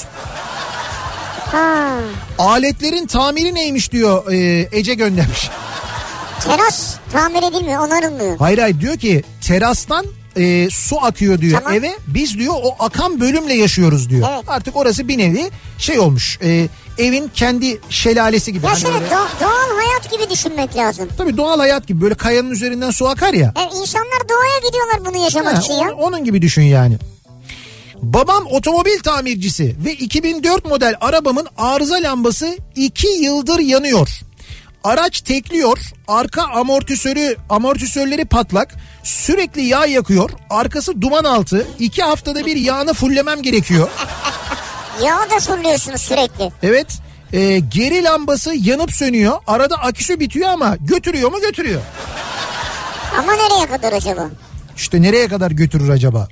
Aletlerin tamiri neymiş diyor, Ece göndermiş. Teras tamir edilmiyor, onarılmıyor. Hayır diyor ki terastan su akıyor diyor, tamam. eve. Biz diyor o akan bölümle yaşıyoruz diyor. Evet. Artık orası bir nevi şey olmuş. Evin kendi şelalesi gibi. Ya Hani şöyle öyle. doğal hayat gibi düşünmek lazım. Tabii doğal hayat gibi, böyle kayanın üzerinden su akar ya. İnsanlar doğaya gidiyorlar bunu yaşamak için ya. Onun gibi düşün yani. Babam otomobil tamircisi ve 2004 model arabamın arıza lambası 2 yıldır yanıyor. Araç tekliyor, arka amortisörleri patlak, sürekli yağ yakıyor, arkası duman altı, 2 haftada bir yağını fullemem gerekiyor. Yağ da fırlıyorsunuz sürekli. Evet, geri lambası yanıp sönüyor, arada aküsü bitiyor ama götürüyor mu götürüyor. Ama nereye kadar acaba? İşte nereye kadar götürür acaba?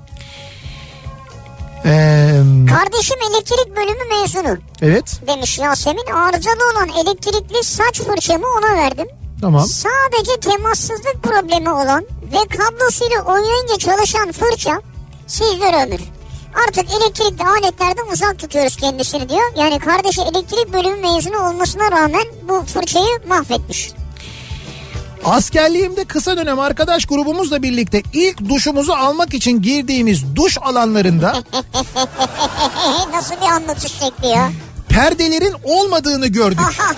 Kardeşim elektrik bölümü mezunu. Evet. Demiş Yasemin, arızalı olan elektrikli saç fırçamı ona verdim. Tamam. Sadece temassızlık problemi olan ve kablosuyla oynayınca çalışan fırça sizlere ömür. Artık elektrikli aletlerden uzak tutuyoruz kendisini diyor. Yani kardeşi elektrik bölümü mezunu olmasına rağmen bu fırçayı mahvetmiş. Askerliğimde kısa dönem arkadaş grubumuzla birlikte ilk duşumuzu almak için girdiğimiz duş alanlarında Nasıl bir anlatış şekli ya? perdelerin olmadığını gördük.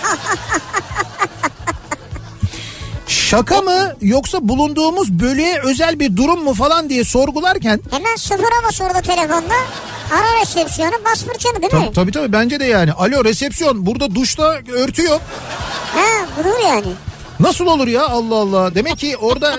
Şaka mı yoksa bulunduğumuz bölüğe özel bir durum mu falan diye sorgularken... Hemen sıfıra bas orada telefonda. Ara resepsiyonu, bas fırçanı değil mi? Tabii bence de yani. Alo resepsiyon, burada duşta örtü yok. Ha, bulur yani. Nasıl olur ya, Allah Allah. Demek ki orada...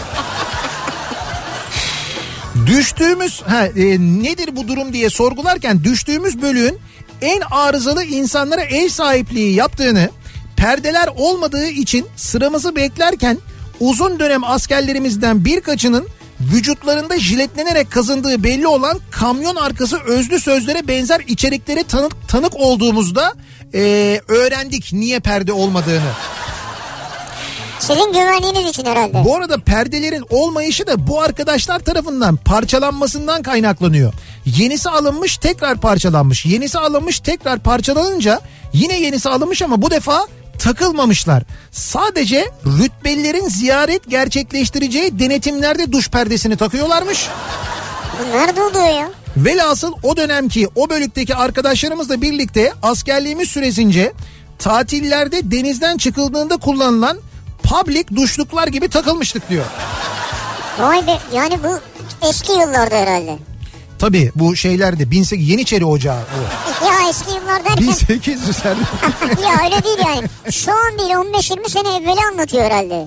Düştüğümüz nedir bu durum diye sorgularken düştüğümüz bölüğün en arızalı insanlara ev sahipliği yaptığını, perdeler olmadığı için sıramızı beklerken uzun dönem askerlerimizden birkaçının vücutlarında jiletlenerek kazındığı belli olan kamyon arkası özlü sözlere benzer içeriklere tanık olduğumuzda öğrendik niye perde olmadığını. Sizin güvenliğiniz için herhalde. Bu arada perdelerin olmayışı da bu arkadaşlar tarafından parçalanmasından kaynaklanıyor. Yenisi alınmış, tekrar parçalanmış. Yenisi alınmış, tekrar parçalanınca yine yenisi alınmış ama bu defa takılmamışlar. Sadece rütbelilerin ziyaret gerçekleştireceği denetimlerde duş perdesini takıyorlarmış. Bu nerede oluyor ya? Velhasıl o dönemki o bölükteki arkadaşlarımızla birlikte askerliğimiz süresince tatillerde denizden çıkıldığında kullanılan public duşluklar gibi takılmıştık diyor. Vay be, yani bu eski yıllarda herhalde. Tabii bu şeylerde Yeniçeri Ocağı bu. Ya eski yıllar derken. 1800'lerde. Ya öyle değil yani. Şu an değil, 15-20 sene evveli anlatıyor herhalde.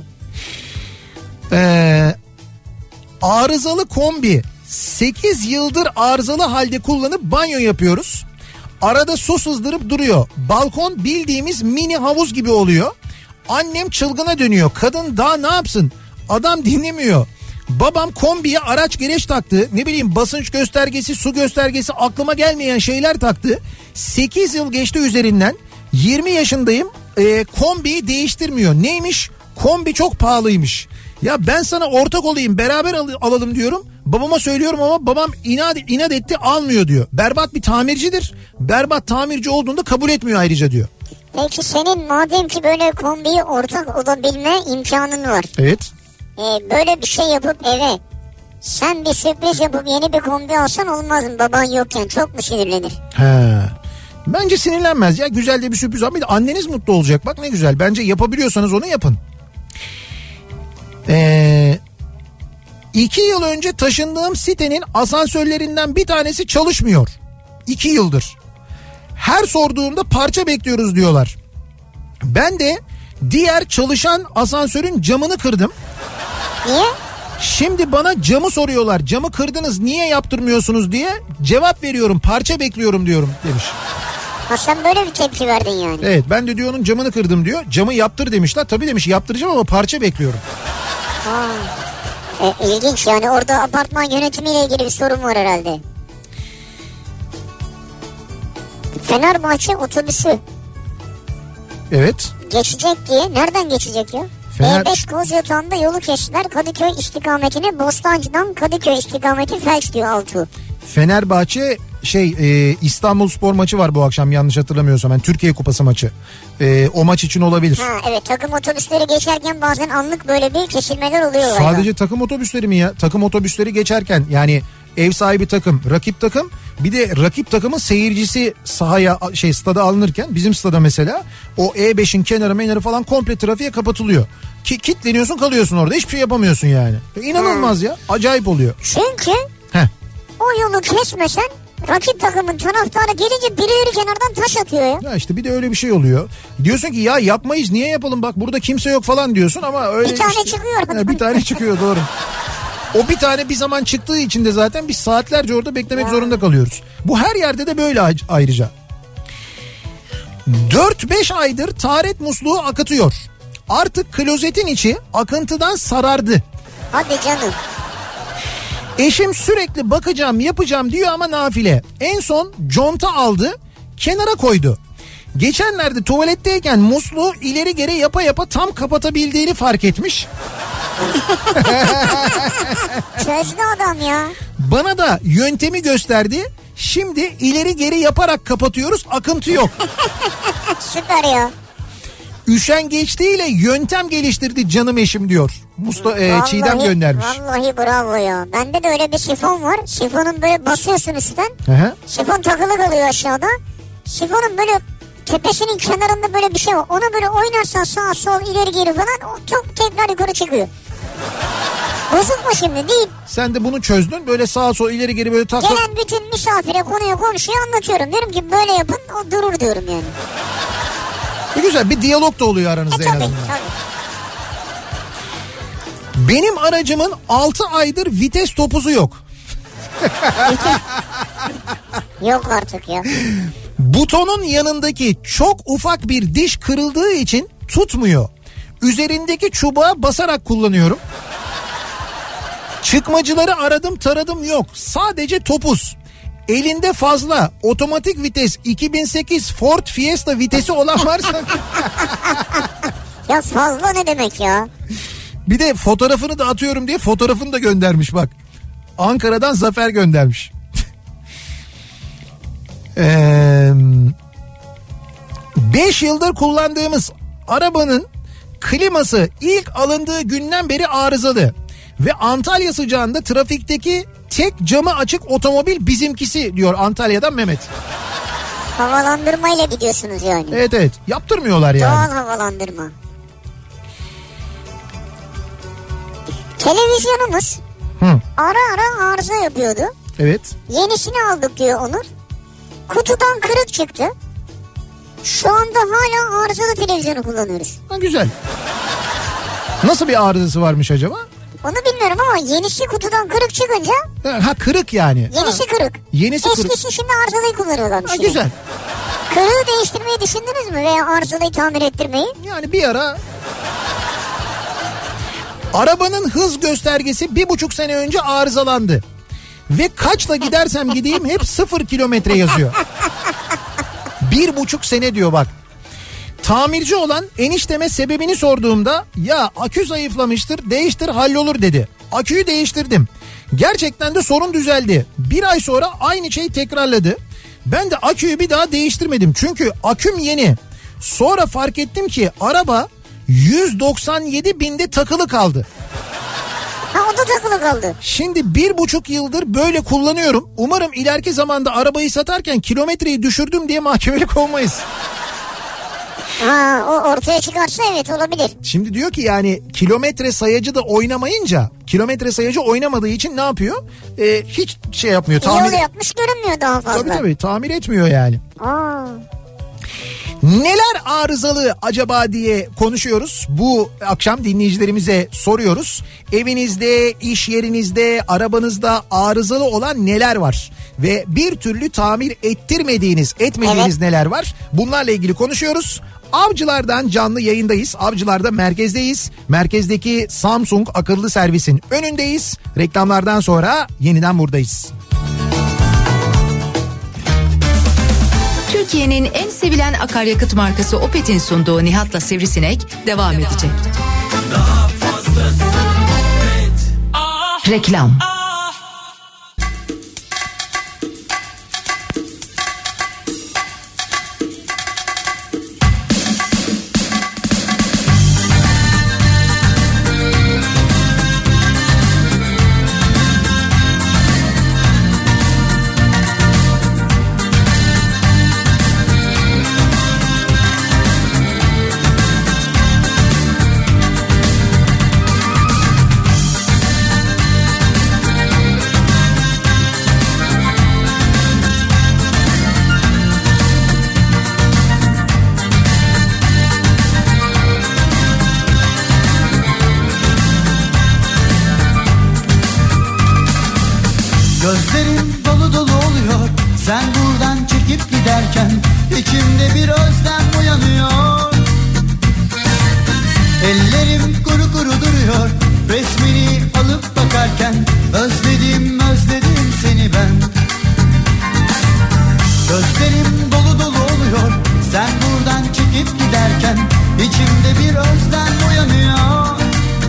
Arızalı kombi 8 yıldır arızalı halde kullanıp banyo yapıyoruz. Arada su sızdırıp duruyor. Balkon bildiğimiz mini havuz gibi oluyor. Annem çılgına dönüyor. Kadın daha ne yapsın? Adam dinlemiyor. Babam kombiye araç gereç taktı. Ne bileyim basınç göstergesi, su göstergesi, aklıma gelmeyen şeyler taktı. 8 yıl geçti üzerinden. 20 yaşındayım. Kombiyi değiştirmiyor. Neymiş? Kombi çok pahalıymış. Ya ben sana ortak olayım, beraber alalım diyorum. Babama söylüyorum ama babam inat etti, almıyor diyor. Berbat bir tamircidir. Berbat tamirci olduğunda kabul etmiyor ayrıca diyor. Peki senin madem ki böyle kombiyi ortak olabilme imkanın var. Evet. Böyle bir şey yapıp eve sen bir sürpriz yapıp yeni bir kombi alsan olmaz mı baban yokken? Çok mu sinirlenir? He. Bence sinirlenmez ya, güzel de bir sürpriz ama bir de anneniz mutlu olacak, bak ne güzel. Bence yapabiliyorsanız onu yapın. 2 yıl önce taşındığım sitenin asansörlerinden bir tanesi çalışmıyor. 2 yıldır. Her sorduğumda parça bekliyoruz diyorlar. Ben de diğer çalışan asansörün camını kırdım. Niye? Şimdi bana camı soruyorlar. Camı kırdınız, niye yaptırmıyorsunuz diye cevap veriyorum. Parça bekliyorum diyorum demiş. Ha, sen böyle bir tepki verdin yani. Evet, ben de diyor onun camını kırdım diyor. Camı yaptır demişler. Tabii demiş, yaptıracağım ama parça bekliyorum. İlginç yani, orada apartman yönetimiyle ilgili bir sorun var herhalde. Fenerbahçe otobüsü. Evet. Geçecek diye. Nereden geçecek ya? E5 Kozyatağı'nda yolu kestiler. Kadıköy istikametine, Bostancı'dan Kadıköy istikameti felç diyor Altuğ. Fenerbahçe İstanbulspor maçı var bu akşam, yanlış hatırlamıyorsam. Yani Türkiye Kupası maçı. O maç için olabilir. Ha, evet, takım otobüsleri geçerken bazen anlık böyle bir kesilmeler oluyor. Sadece takım otobüsleri mi ya? Takım otobüsleri geçerken yani ev sahibi takım, rakip takım, bir de rakip takımın seyircisi sahaya stada alınırken, bizim stada mesela o E5'in kenarı falan komple trafiğe kapatılıyor. Kitleniyorsun, kalıyorsun orada, hiçbir şey yapamıyorsun yani. İnanılmaz ya, acayip oluyor. Çünkü o yolu kesmesen rakip takımın taraftarı gelince birileri kenardan taş atıyor ya. Ya işte bir de öyle bir şey oluyor. Diyorsun ki ya yapmayız, niye yapalım, bak burada kimse yok falan diyorsun ama öyle bir tane çıkıyor. Bir tane çıkıyor, doğru. O bir tane bir zaman çıktığı için de zaten biz saatlerce orada beklemek zorunda kalıyoruz. Bu her yerde de böyle ayrıca. 4-5 aydır taharet musluğu akıtıyor. Artık klozetin içi akıntıdan sarardı. Hadi canım. Eşim sürekli bakacağım yapacağım diyor ama nafile. En son conta aldı, kenara koydu. Geçenlerde tuvaletteyken musluğu ileri geri yapa tam kapatabildiğini fark etmiş. Çözdü adam ya. Bana da yöntemi gösterdi. Şimdi ileri geri yaparak kapatıyoruz, akıntı yok. Süper ya. Üşengeçliğiyle yöntem geliştirdi canım eşim diyor. Çiğdem göndermiş. Vallahi bravo ya. Bende de öyle bir sifon var. Sifonun böyle basıyorsun üstten. Sifon takılı kalıyor aşağıda. Sifonun böyle tepesinin kenarında böyle bir şey var. Onu böyle oynarsan sağ sol ileri geri falan, o çok tekrar yukarı çıkıyor. Bozuk mu şimdi? Değil. Sen de bunu çözdün. Böyle sağa sol ileri geri böyle takla. Gelen bütün misafire, konuya komşuya anlatıyorum. Diyorum ki böyle yapın, o durur diyorum yani. Güzel bir diyalog da oluyor aranızda en azından. Tabii. Benim aracımın 6 aydır vites topuzu yok. Yok artık ya. Butonun yanındaki çok ufak bir diş kırıldığı için tutmuyor. Üzerindeki çubuğa basarak kullanıyorum. Çıkmacıları aradım taradım, yok. Sadece topuz. Elinde fazla otomatik vites 2008 Ford Fiesta vitesi olan varsa... Ya fazla ne demek ya? Bir de fotoğrafını da atıyorum diye fotoğrafını da göndermiş bak. Ankara'dan Zafer göndermiş. 5 yıldır kullandığımız arabanın kliması ilk alındığı günden beri arızalı. Ve Antalya sıcağında trafikteki tek camı açık otomobil bizimkisi diyor Antalya'dan Mehmet. Havalandırmayla gidiyorsunuz yani. Evet yaptırmıyorlar yani. Doğal havalandırma. Televizyonumuz ara ara arıza yapıyordu. Evet. Yenisini aldık diyor Onur. Kutudan kırık çıktı. Şu anda hala arızalı televizyonu kullanıyoruz. Ha, güzel. Nasıl bir arızası varmış acaba? Onu bilmiyorum ama yenisi kutudan kırık çıkınca... Ha kırık yani. Yenisi kırık. Yenisi kırık. Eskisi şimdi arızalıyı kullanıyorlarmış. Ha, güzel. Kırığı değiştirmeyi düşündünüz mü veya arızalıyı tamir ettirmeyi? Yani bir ara... Arabanın hız göstergesi 1,5 sene önce arızalandı. Ve kaçla gidersem gideyim hep 0 kilometre yazıyor. 1,5 sene diyor bak. Tamirci olan enişteme sebebini sorduğumda ya akü zayıflamıştır değiştir hallolur dedi. Aküyü değiştirdim. Gerçekten de sorun düzeldi. Bir ay sonra aynı şeyi tekrarladı. Ben de aküyü bir daha değiştirmedim. Çünkü aküm yeni. Sonra fark ettim ki araba 197 binde takılı kaldı. Ha o da takılı kaldı. Şimdi 1,5 yıldır böyle kullanıyorum. Umarım ileriki zamanda arabayı satarken kilometreyi düşürdüm diye mahkemelik olmayız. Ha o ortaya çıkarsa evet olabilir. Şimdi diyor ki yani kilometre sayacı da oynamayınca, kilometre sayacı oynamadığı için ne yapıyor? Hiç şey yapmıyor. Yol yapmış görünmüyor daha fazla. Tabii tamir etmiyor yani. Aa. Neler arızalı acaba diye konuşuyoruz. Bu akşam dinleyicilerimize soruyoruz. Evinizde, iş yerinizde, arabanızda arızalı olan neler var? Ve bir türlü tamir etmediğiniz neler var? Bunlarla ilgili konuşuyoruz. Avcılar'dan canlı yayındayız. Avcılar'da merkezdeyiz. Merkezdeki Samsung akıllı servisin önündeyiz. Reklamlardan sonra yeniden buradayız. Türkiye'nin en sevilen akaryakıt markası Opet'in sunduğu Nihat'la Sivrisinek devam edecek. Daha fazlası Opet. Reklam. Gözlerim dolu dolu oluyor sen buradan çekip giderken, içimde bir özlem uyanıyor. Ellerim kuru kuru duruyor resmini alıp bakarken, özledim özledim seni ben. Gözlerim dolu dolu oluyor sen buradan çekip giderken, içimde bir özlem uyanıyor.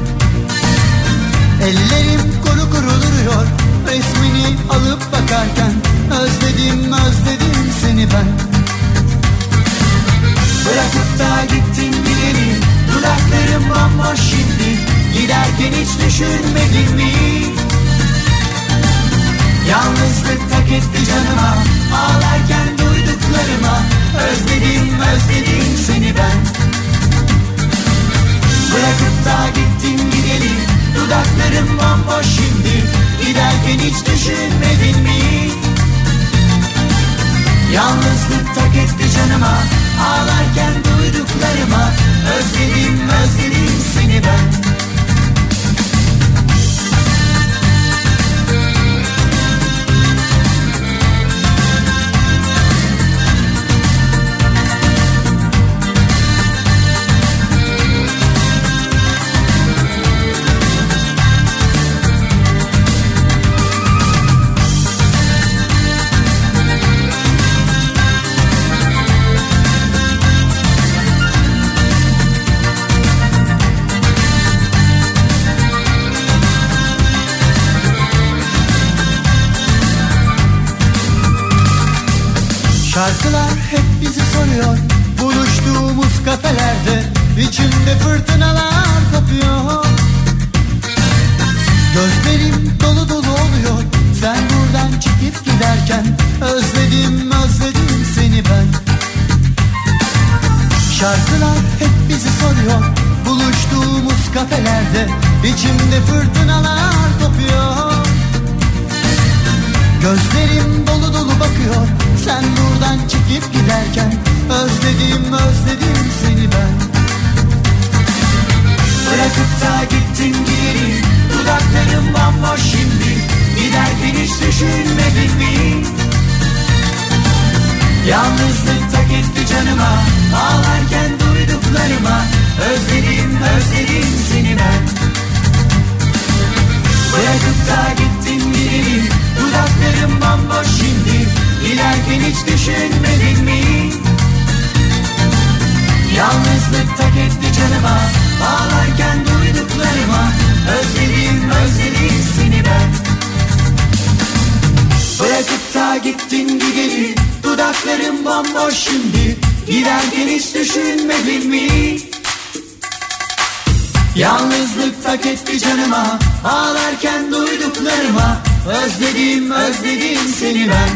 Ellerim kuru kuru duruyor resmini alıp bakarken, özledim özledim seni ben. Bırakıp da gittin bileni, dudaklarım bomboş şimdi, giderken hiç düşünmedin mi? Yalnızlık tak etti canıma, ağlarken duyduklarıma, özledim özledim seni ben. Bırakıp da gittin gideli, dudaklarım bomboş şimdi, giderken hiç düşünmedin mi? Yalnızlık tak etti canıma, ağlarken duyduklarıma, özledim özledim seni ben. Şarkılar hep bizi soruyor, buluştuğumuz kafelerde, içimde fırtınalar kopuyor. Gözlerim dolu dolu oluyor kafelerde içimde fırtınalar kopuyor. Gözlerim dolu dolu bakıyor sen buradan çekip giderken. Özledim özledim seni ben. Bırakıp da gittin geri, dudaklarım bomboş şimdi. Giderken hiç düşünmedin mi? Yalnızlık tak etti canıma, ağlarken duyduklarıma. Özledim özledim seni ben. Bırakıp da gittin geri, dudaklarım bomboş şimdi. Giderken hiç düşünmedin mi? Yalnızlık tak etti canıma, ağlarken duyduklarıma. Özledim özledim seni ben. Bırakıp da gittin gideli, dudaklarım bomboş şimdi. Giderken hiç düşünmedin mi? Yalnızlık tak etti canıma, ağlarken duyduklarıma. Özledim özledim seni ben.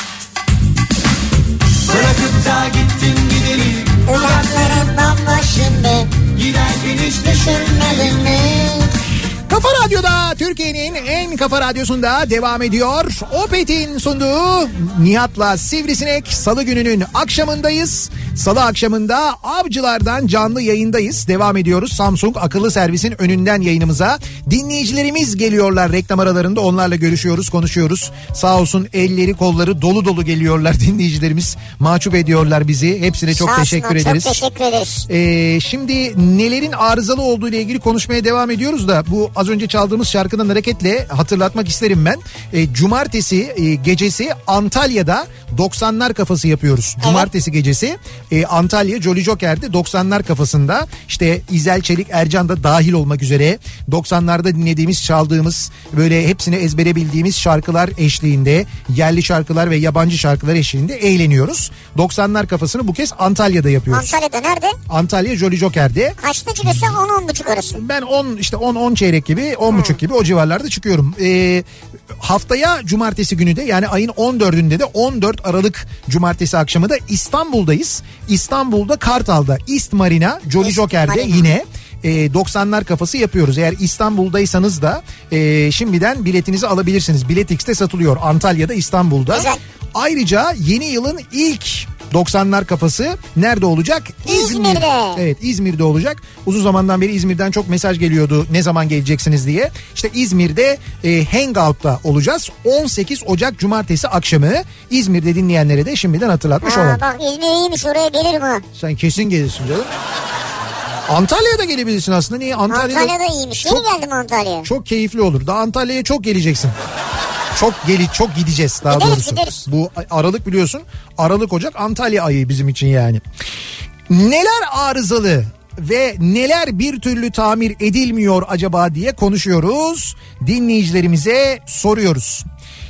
Bırakıp da gittin gideli, dudaklarım bomboş şimdi. Giderken hiç düşünmedin mi? Kafa Radyo'da, Türkiye'nin en kafa radyosunda devam ediyor. Opet'in sunduğu Nihat'la Sivrisinek. Salı gününün akşamındayız. Salı akşamında Avcılar'dan canlı yayındayız. Devam ediyoruz. Samsung akıllı servisin önünden yayınımıza. Dinleyicilerimiz geliyorlar reklam aralarında. Onlarla görüşüyoruz, konuşuyoruz. Sağ olsun elleri kolları dolu dolu geliyorlar dinleyicilerimiz. Mahcup ediyorlar bizi. Hepsine çok teşekkür ederiz. Çok teşekkür ederiz. Şimdi nelerin arızalı olduğu ile ilgili konuşmaya devam ediyoruz da bu az önce çaldığımız şarkıdan hareketle hatırlatmak isterim ben. Cumartesi gecesi Antalya'da 90'lar kafası yapıyoruz. Cumartesi gecesi Antalya Jolly Joker'de 90'lar kafasında işte İzel Çelik, Ercan da dahil olmak üzere 90'larda dinlediğimiz, çaldığımız, böyle hepsini ezbere bildiğimiz şarkılar eşliğinde, yerli şarkılar ve yabancı şarkılar eşliğinde eğleniyoruz. 90'lar kafasını bu kez Antalya'da yapıyoruz. Antalya'da nerede? Antalya Jolly Joker'de. Kaçta çıkıyorsun? 10-10.30 arası. Ben 10 çeyrek gibi, 10.30 gibi o civarlarda çıkıyorum. Haftaya cumartesi günü de, yani ayın 14'ünde de 14 Aralık cumartesi akşamı da İstanbul'dayız. İstanbul'da Kartal'da East Marina Jolly Joker'de yine 90'lar kafası yapıyoruz. Eğer İstanbul'daysanız da şimdiden biletinizi alabilirsiniz. Biletix'te satılıyor Antalya'da, İstanbul'da. Güzel. Ayrıca yeni yılın ilk 90'lar kafası nerede olacak? İzmir'de. Evet, İzmir'de olacak. Uzun zamandan beri İzmir'den çok mesaj geliyordu ne zaman geleceksiniz diye. İşte İzmir'de Hangout'ta olacağız. 18 Ocak Cumartesi akşamı. İzmir'de dinleyenlere de şimdiden hatırlatmış olalım. Bak İzmir iyiymiş, oraya gelirim ha. Sen kesin gelirsin canım. Antalya'ya da gelebilirsin aslında. Niye? Antalya'da iyiymiş. Yeni geldim Antalya'ya. Çok keyifli olur. Daha Antalya'ya çok geleceksin. Çok gideceğiz daha doğrusu. Gideriz. Bu Aralık biliyorsun. Aralık Ocak Antalya ayı bizim için yani. Neler arızalı ve neler bir türlü tamir edilmiyor acaba diye konuşuyoruz. Dinleyicilerimize soruyoruz.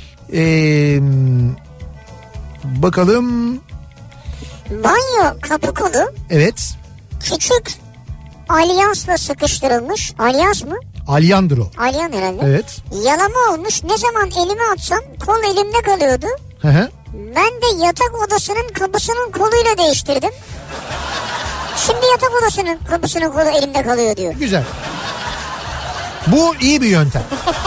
Bakalım. Banyo kapı kolu. Evet. Küçük alyansla sıkıştırılmış. Alyans mı? Alyandır o. Alyan herhalde. Evet. Yalama olmuş. Ne zaman elime atsam kol elimde kalıyordu. Hı. Ben de yatak odasının kapısının koluyla değiştirdim. Şimdi yatak odasının kapısının kolu elimde kalıyor diyor. Güzel. Bu iyi bir yöntem.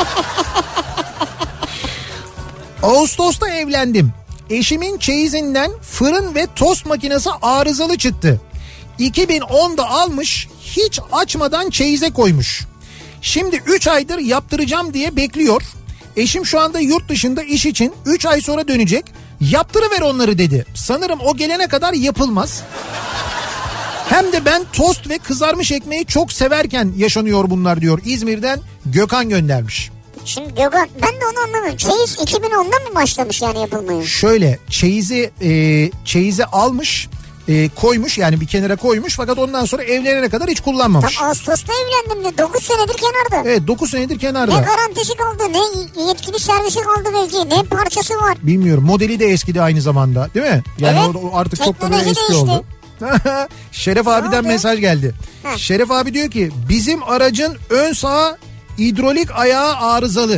Ağustos'ta evlendim. Eşimin çeyizinden fırın ve tost makinesi arızalı çıktı. 2010'da almış, hiç açmadan çeyize koymuş. Şimdi 3 aydır yaptıracağım diye bekliyor. Eşim şu anda yurt dışında iş için, 3 ay sonra dönecek. Yaptırıver onları dedi. Sanırım o gelene kadar yapılmaz. Hem de ben tost ve kızarmış ekmeği çok severken yaşanıyor bunlar diyor. İzmir'den Gökhan göndermiş. Şimdi Gökhan, ben de onu anlamıyorum. Çeyiz 2010'da mı başlamış yani yapılmaya? Şöyle, çeyizi almış, koymuş, yani bir kenara koymuş, fakat ondan sonra evlenene kadar hiç kullanmamış. Tam Ağustos'ta evlendim de 9 senedir kenarda. Evet, 9 senedir kenarda. Ne garantisi kaldı, ne yetkili servisi kaldı belki, ne parçası var. Bilmiyorum, modeli de eskidi aynı zamanda, değil mi? Yani evet, o artık çok da böyle eski değişti. oldu. Şeref abiden mesaj geldi. Şeref abi diyor ki bizim aracın ön sağ hidrolik ayağı arızalı.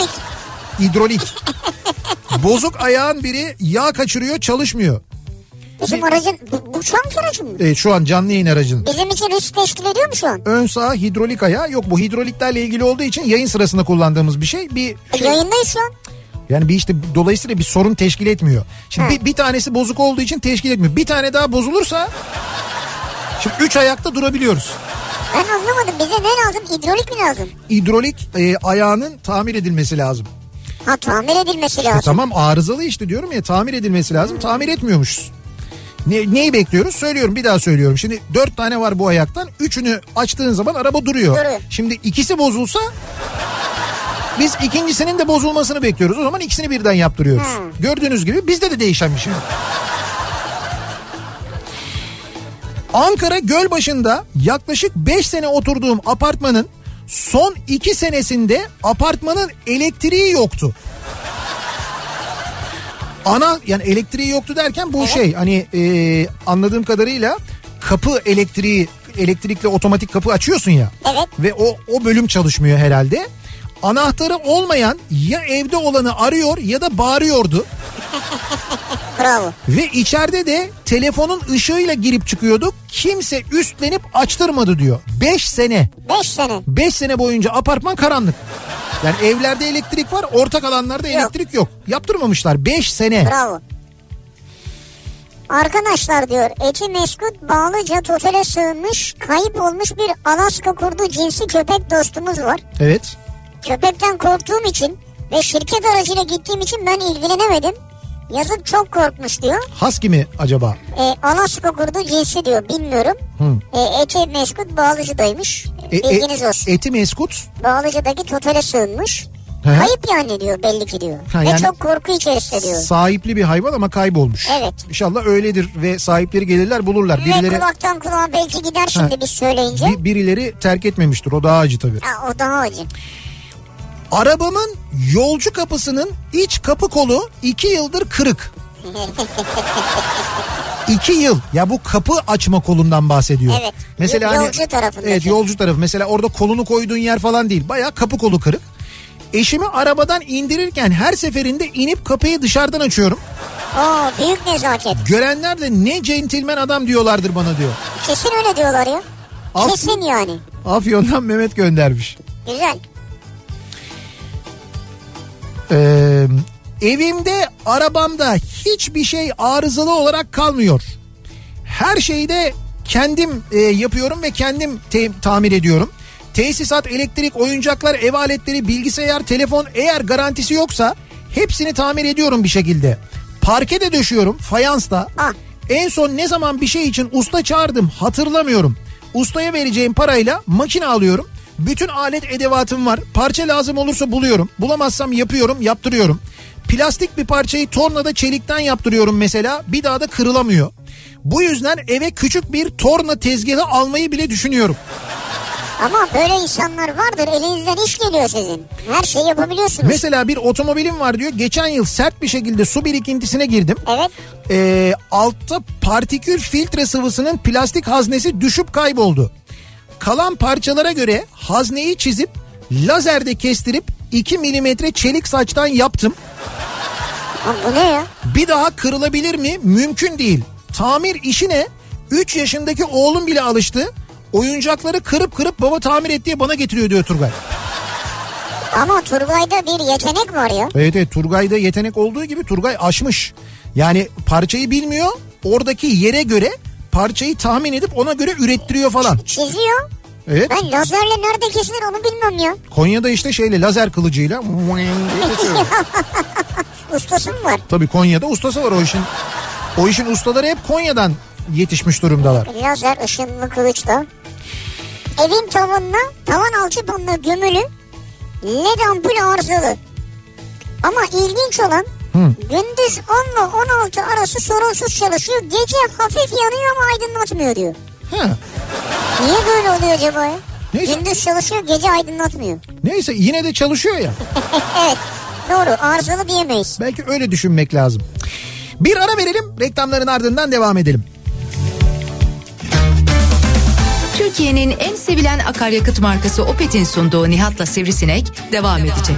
Hidrolik. Bozuk ayağın biri yağ kaçırıyor, çalışmıyor. Bizim aracın bu şu anki aracın mı? Evet, şu an canlı yayın aracın. Bizim için risk teşkil ediyor mu şu an? Ön sağ hidrolik ayağı yok, bu hidroliklerle ilgili olduğu için yayın sırasında kullandığımız bir şey. Yayındayız şu an. Yani dolayısıyla bir sorun teşkil etmiyor. Şimdi bir tanesi bozuk olduğu için teşkil etmiyor. Bir tane daha bozulursa şimdi 3 ayakta durabiliyoruz. Ben anlamadım, bize ne lazım? Hidrolik mi lazım? Hidrolik ayağının tamir edilmesi lazım. Ha, tamir edilmesi lazım. Tamam, arızalı işte diyorum ya, tamir edilmesi lazım. Tamir etmiyormuşuz. Neyi bekliyoruz? Söylüyorum, bir daha söylüyorum. Şimdi 4 tane var bu ayaktan. 3'ünü açtığın zaman araba duruyor. Şimdi ikisi bozulsa biz ikincisinin de bozulmasını bekliyoruz. O zaman ikisini birden yaptırıyoruz. Gördüğünüz gibi bizde de değişen bir şey yok. Ankara Gölbaşı'nda yaklaşık 5 sene oturduğum apartmanın son 2 senesinde apartmanın elektriği yoktu. Yani elektriği yoktu derken bu şey hani anladığım kadarıyla kapı elektrikle otomatik kapı açıyorsun ya. Evet. Ve o bölüm çalışmıyor herhalde. Anahtarı olmayan ya evde olanı arıyor ya da bağırıyordu. Bravo. Ve içeride de telefonun ışığıyla girip çıkıyorduk. Kimse üstlenip açtırmadı diyor. 5 sene. 5 sene. 5 sene boyunca apartman karanlık. Yani evlerde elektrik var, ortak alanlarda elektrik yok. Yaptırmamışlar 5 sene. Bravo. Arkadaşlar diyor, Etimeskut Bağlıca Totel'e sığınmış, kayıp olmuş bir Alaska kurdu cinsi köpek dostumuz var. Evet. Köpekten korktuğum için ve şirket aracıyla gittiğim için ben ilgilenemedim. Yazık, çok korkmuş diyor. Husky mi acaba? Alaska kurdu cinsi diyor, bilmiyorum. Etimeskut Bağlıca'daymış. Bilginiz olsun. Etimeskut? Bağlıca'daki Totel'e sığınmış. Kayıp yani diyor, belli ki diyor. Ve yani çok korku içerisinde diyor. Sahipli bir hayvan ama kaybolmuş. Evet. İnşallah öyledir ve sahipleri gelirler, bulurlar. Ve kulaktan kulağa belki gider şimdi biz söyleyince. Birileri terk etmemiştir, o daha acı tabii. O daha acı. Arabamın yolcu kapısının iç kapı kolu 2 yıldır kırık. 2 yıl. Ya bu kapı açma kolundan bahsediyor. Evet. Mesela yolcu tarafında. Evet, yolcu tarafı. Mesela orada kolunu koyduğun yer falan değil. Bayağı kapı kolu kırık. Eşimi arabadan indirirken her seferinde inip kapıyı dışarıdan açıyorum. Büyük nezaket. Görenler de ne centilmen adam diyorlardır bana diyor. Kesin öyle diyorlar ya. Kesin yani. Afyon'dan Mehmet göndermiş. Güzel. Evimde, arabamda hiçbir şey arızalı olarak kalmıyor. Her şeyi de kendim yapıyorum ve kendim tamir ediyorum. Tesisat, elektrik, oyuncaklar, ev aletleri, bilgisayar, telefon, eğer garantisi yoksa hepsini tamir ediyorum bir şekilde. Parke de döşüyorum, fayansla. En son ne zaman bir şey için usta çağırdım hatırlamıyorum. Ustaya vereceğim parayla makine alıyorum. Bütün alet edevatım var. Parça lazım olursa buluyorum. Bulamazsam yaptırıyorum. Plastik bir parçayı tornada çelikten yaptırıyorum mesela. Bir daha da kırılamıyor. Bu yüzden eve küçük bir torna tezgahı almayı bile düşünüyorum. Ama böyle insanlar vardır, elinizden iş geliyor sizin. Her şeyi yapabiliyorsunuz. Mesela bir otomobilim var diyor. Geçen yıl sert bir şekilde su birikintisine girdim. Evet. Altta partikül filtre sıvısının plastik haznesi düşüp kayboldu. Kalan parçalara göre hazneyi çizip lazerde kestirip 2 milimetre çelik saçtan yaptım. Bu ne ya? Bir daha kırılabilir mi? Mümkün değil. Tamir işine 3 yaşındaki oğlum bile alıştı. Oyuncakları kırıp baba tamir et diye bana getiriyor diyor Turgay. Ama Turgay'da bir yetenek var ya. Evet, Turgay'da yetenek olduğu gibi Turgay aşmış. Yani parçayı bilmiyor, oradaki yere göre parçayı tahmin edip ona göre ürettiriyor falan. Çiziyor. Evet. Ben lazerle nerede kesilir onu bilmem ya. Konya'da işte lazer kılıcıyla. Ustası mı var? Tabii Konya'da ustası var o işin. O işin ustaları hep Konya'dan yetişmiş durumdalar. Lazer ışınlı kılıçla. Evin tavan alçıpanına gömülü LED ampul arızalı. Ama ilginç olan gündüz 10 ile 16 arası sorunsuz çalışıyor. Gece hafif yanıyor ama aydınlatmıyor diyor. Niye böyle oluyor acaba ya? Neyse. Gündüz çalışıyor, gece aydınlatmıyor. Neyse, yine de çalışıyor ya. Evet, doğru, arızalı diyemeyiz. Belki öyle düşünmek lazım. Bir ara verelim, reklamların ardından devam edelim. Türkiye'nin en sevilen akaryakıt markası Opet'in sunduğu Nihat'la Sivrisinek devam edecek.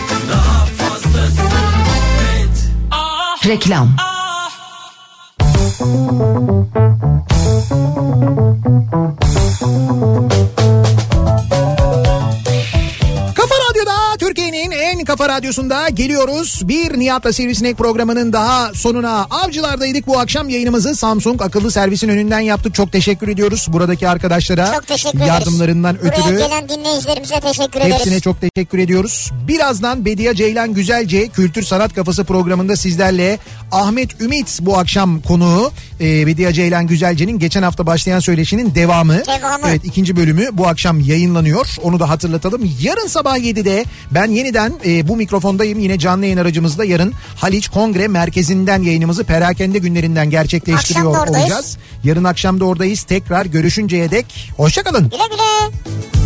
Daha fazlası Opet. Reklam. Türkiye'nin en kafa radyosunda geliyoruz. Bir Nihat'la Sivrisinek programının daha sonuna. Avcılardaydık bu akşam, yayınımızı Samsung akıllı servisin önünden yaptık. Çok teşekkür ediyoruz buradaki arkadaşlara. Çok teşekkür ederiz. Yardımlarından ötürü. Buraya gelen dinleyicilerimize teşekkür ederiz. Hepsine çok teşekkür ediyoruz. Birazdan Bediye Ceylan Güzelce Kültür Sanat Kafası programında sizlerle. Ahmet Ümit bu akşam konuğu. Bediye Ceylan Güzelce'nin geçen hafta başlayan söyleşinin devamı. Evet, 2. bölümü bu akşam yayınlanıyor. Onu da hatırlatalım. Yarın sabah 7'de ben yeniden bu mikrofondayım. Yine canlı yayın aracımızda yarın Haliç Kongre Merkezi'nden yayınımızı perakende günlerinden gerçekleştiriyor olacağız. Yarın akşam da oradayız. Tekrar görüşünceye dek hoşça kalın. Güle güle.